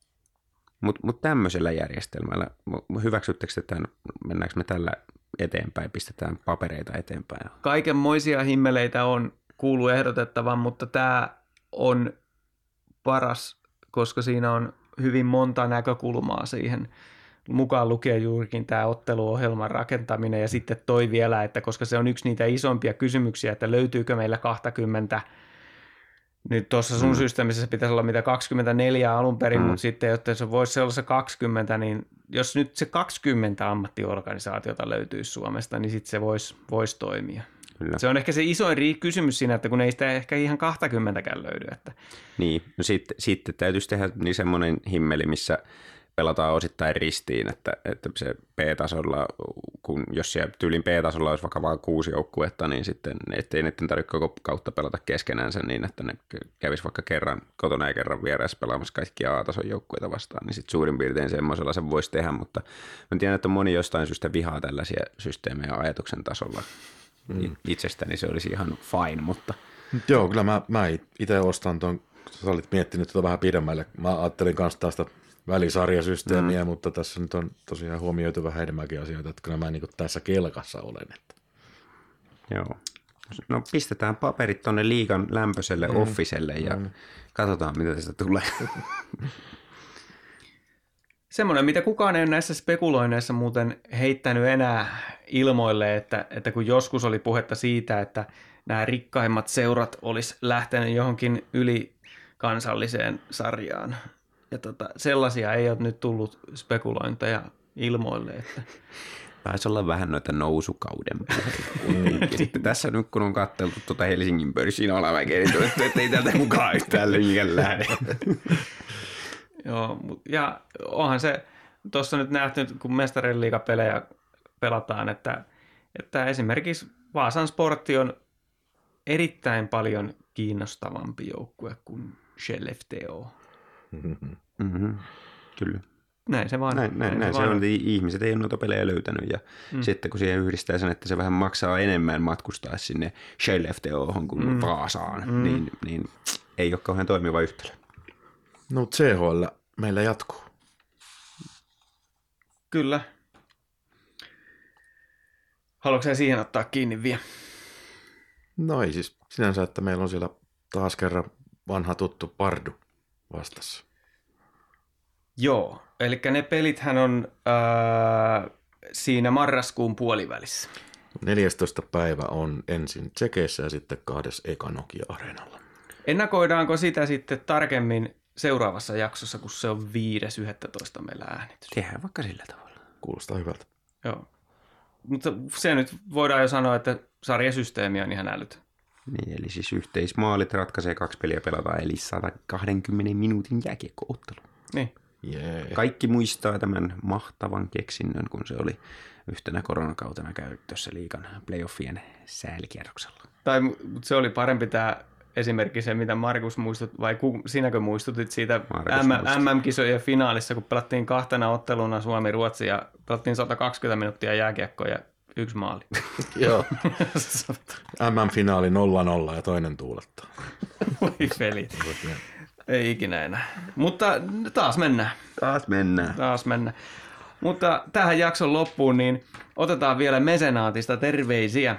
Speaker 3: Mutta tämmöisellä järjestelmällä, hyväksyttekö tämän, mennäänkö me tällä eteenpäin, pistetään papereita eteenpäin?
Speaker 2: Kaikenmoisia himmeleitä on kuuluu ehdotettavan, mutta tämä on paras, koska siinä on hyvin monta näkökulmaa siihen. Mukaan lukee juurikin tämä otteluohjelman rakentaminen ja sitten toi vielä, että koska se on yksi niitä isompia kysymyksiä, että löytyykö meillä 20. Nyt tuossa sun systeemissä pitäisi olla mitä 24 alun perin, mutta sitten, jotta se voisi olla se 20, niin jos nyt se 20 ammattiorganisaatiota löytyisi Suomesta, niin sitten se voisi toimia. Kyllä. Se on ehkä se isoin kysymys siinä, että kun ei sitä ehkä ihan 20kään löydy. Että.
Speaker 3: Niin, no sitten täytyisi tehdä niin semmoinen himmeli, missä pelataan osittain ristiin, että se B-tasolla, jos siellä tyylin B-tasolla olisi vaikka vain 6 joukkuetta, niin sitten ettei niiden tarvitse koko kautta pelata keskenänsä niin, että ne kävisi vaikka kerran kotona ja kerran vieressä pelaamassa kaikkia A-tason joukkueita vastaan, niin sitten suurin piirtein semmoisella se voisi tehdä, mutta mä tiedän, että moni jostain syystä vihaa tällaisia systeemejä ajatuksen tasolla. Itsestäni se olisi ihan fine, mutta.
Speaker 4: Joo, kyllä mä itse ostan tuon, sä olit miettinyt tätä vähän pidemmälle. Mä ajattelin kanssa tästä välisarjasysteemiä, mutta tässä nyt on tosiaan huomioitu vähän enemmänkin asioita, että kyllä mä niin kuin tässä kelkassa olen. Että.
Speaker 3: Joo. No pistetään paperit tuonne liigan lämpöiselle offiselle ja katsotaan, mitä tästä tulee.
Speaker 2: Semmoinen, mitä kukaan ei ole näissä spekuloineissa muuten heittänyt enää ilmoille, että kun joskus oli puhetta siitä, että nämä rikkaimmat seurat olisi lähtenyt johonkin ylikansalliseen sarjaan. Ja sellaisia ei ole nyt tullut spekulointeja ilmoille. Että.
Speaker 3: Taisi olla vähän noita nousukauden puheita. Sitten tässä nyt kun on katseltu Helsingin pörssin alamäkeä, niin todettu, että ei täältä kukaan yhtään liian lähde.
Speaker 2: Joo, ja onhan se tuossa nyt nähty, kun Mestarien liigapelejä pelataan, että esimerkiksi Vaasan Sportti on erittäin paljon kiinnostavampi joukkue kuin Skellefteå.
Speaker 3: Kyllä.
Speaker 2: Näin se vaan.
Speaker 3: Näin se on. Ihmiset ei ole noita pelejä löytänyt ja sitten kun siihen yhdistää sen, että se vähän maksaa enemmän matkustaa sinne Skellefteåhon kuin Vaasaan, niin ei ole kauhean toimiva yhtälö.
Speaker 4: No CHL meillä jatkuu.
Speaker 2: Kyllä. Haluatko siihen ottaa kiinni vielä?
Speaker 4: No ei siis sinänsä, että meillä on siellä taas kerran vanha tuttu Pardu vastassa.
Speaker 2: Joo, eli ne pelithän on siinä marraskuun puolivälissä.
Speaker 4: 14. päivä on ensin Tsekeissä ja sitten 2. eka Nokia-areenalla.
Speaker 2: Ennakoidaanko sitä sitten tarkemmin seuraavassa jaksossa, kun se on 5.11. meillä äänitys?
Speaker 3: Tehdään vaikka sillä tavalla.
Speaker 4: Kuulostaa hyvältä.
Speaker 2: Joo. Mutta se nyt voidaan jo sanoa, että sarjasysteemi on ihan älytön.
Speaker 3: Niin, eli siis yhteismaalit ratkaisee 2 peliä pelataan, eli 120 minuutin jääkiekkoottelu.
Speaker 2: Niin.
Speaker 4: Yeah.
Speaker 3: Kaikki muistaa tämän mahtavan keksinnön, kun se oli yhtenä koronakautena käytössä liigan playoffien säälkierroksella.
Speaker 2: Tai se oli parempi tämä esimerkki se, mitä Markus muistut, vai sinäkö muistutit siitä MM-kisojen finaalissa, kun pelattiin 2 otteluna Suomi-Ruotsi ja pelattiin 120 minuuttia jääkiekkoa ja 1 maali.
Speaker 4: Joo. MM-finaali 0-0 ja toinen tuulettaa.
Speaker 2: Voi veli. Ei ikinä enää. Mutta taas mennään. Taas mennään. Mutta tähän jakson loppuun niin otetaan vielä mesenaatista terveisiä.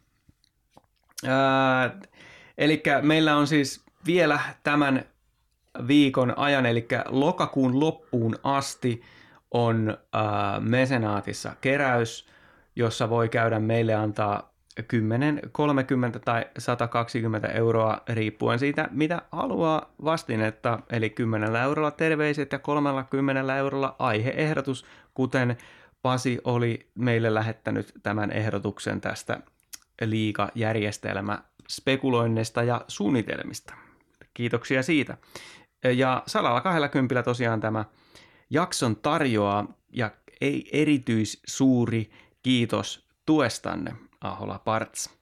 Speaker 2: Eli meillä on siis vielä tämän viikon ajan, eli lokakuun loppuun asti on mesenaatissa keräys, jossa voi käydä meille antaa 10, 30 tai 120 euroa riippuen siitä, mitä haluaa vastinetta. Eli 10 eurolla terveiset ja 30 eurolla aiheehdotus, kuten Pasi oli meille lähettänyt tämän ehdotuksen tästä liigajärjestelmä spekuloinneista ja suunnitelmista. Kiitoksia siitä. Ja 120 tosiaan tämä jakson tarjoaa ja ei erityissuuri kiitos tuestanne, Ahola Parts.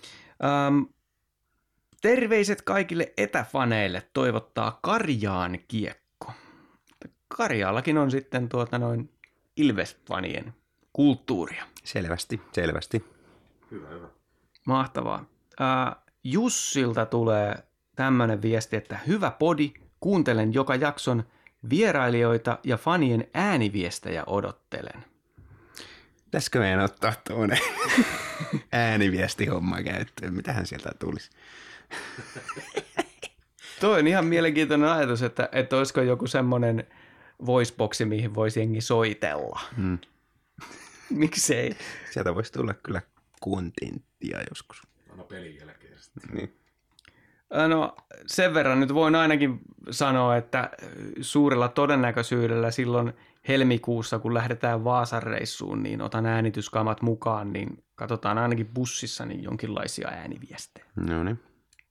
Speaker 2: Terveiset kaikille etäfaneille toivottaa Karjaan Kiekko. Karjaallakin on sitten Ilves-fanien kulttuuria.
Speaker 3: Selvästi.
Speaker 4: Hyvä.
Speaker 2: Mahtavaa. Jussilta tulee tämmöinen viesti, että hyvä podi, kuuntelen joka jakson vierailijoita ja fanien ääniviestejä odottelen.
Speaker 3: Pitäisikö meidän ottaa tuonne ääniviestihomma käyttöön? Mitähän sieltä tulisi?
Speaker 2: Toi on ihan mielenkiintoinen ajatus, että olisiko joku semmoinen voiceboxi, mihin voisi jengi soitella. Miksei?
Speaker 3: Sieltä voisi tulla kyllä kontenttia joskus.
Speaker 4: No pelin jälkeen sitten.
Speaker 3: Niin.
Speaker 2: No sen verran nyt voin ainakin sanoa, että suurella todennäköisyydellä silloin helmikuussa, kun lähdetään Vaasan reissuun, niin otan äänityskamat mukaan, niin katsotaan ainakin bussissa niin jonkinlaisia ääniviestejä.
Speaker 3: No niin.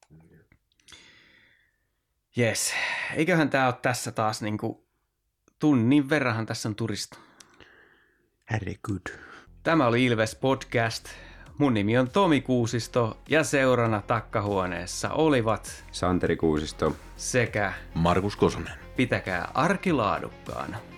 Speaker 2: Jes, eiköhän tää ole tässä taas niinku tunnin verranhan tässä on turista.
Speaker 3: Very good.
Speaker 2: Tämä oli Ilves Podcast. Mun nimi on Tomi Kuusisto ja seurana takkahuoneessa olivat
Speaker 3: Santeri Kuusisto
Speaker 2: sekä
Speaker 4: Markus Kosonen.
Speaker 2: pitäkää arki laadukkaana.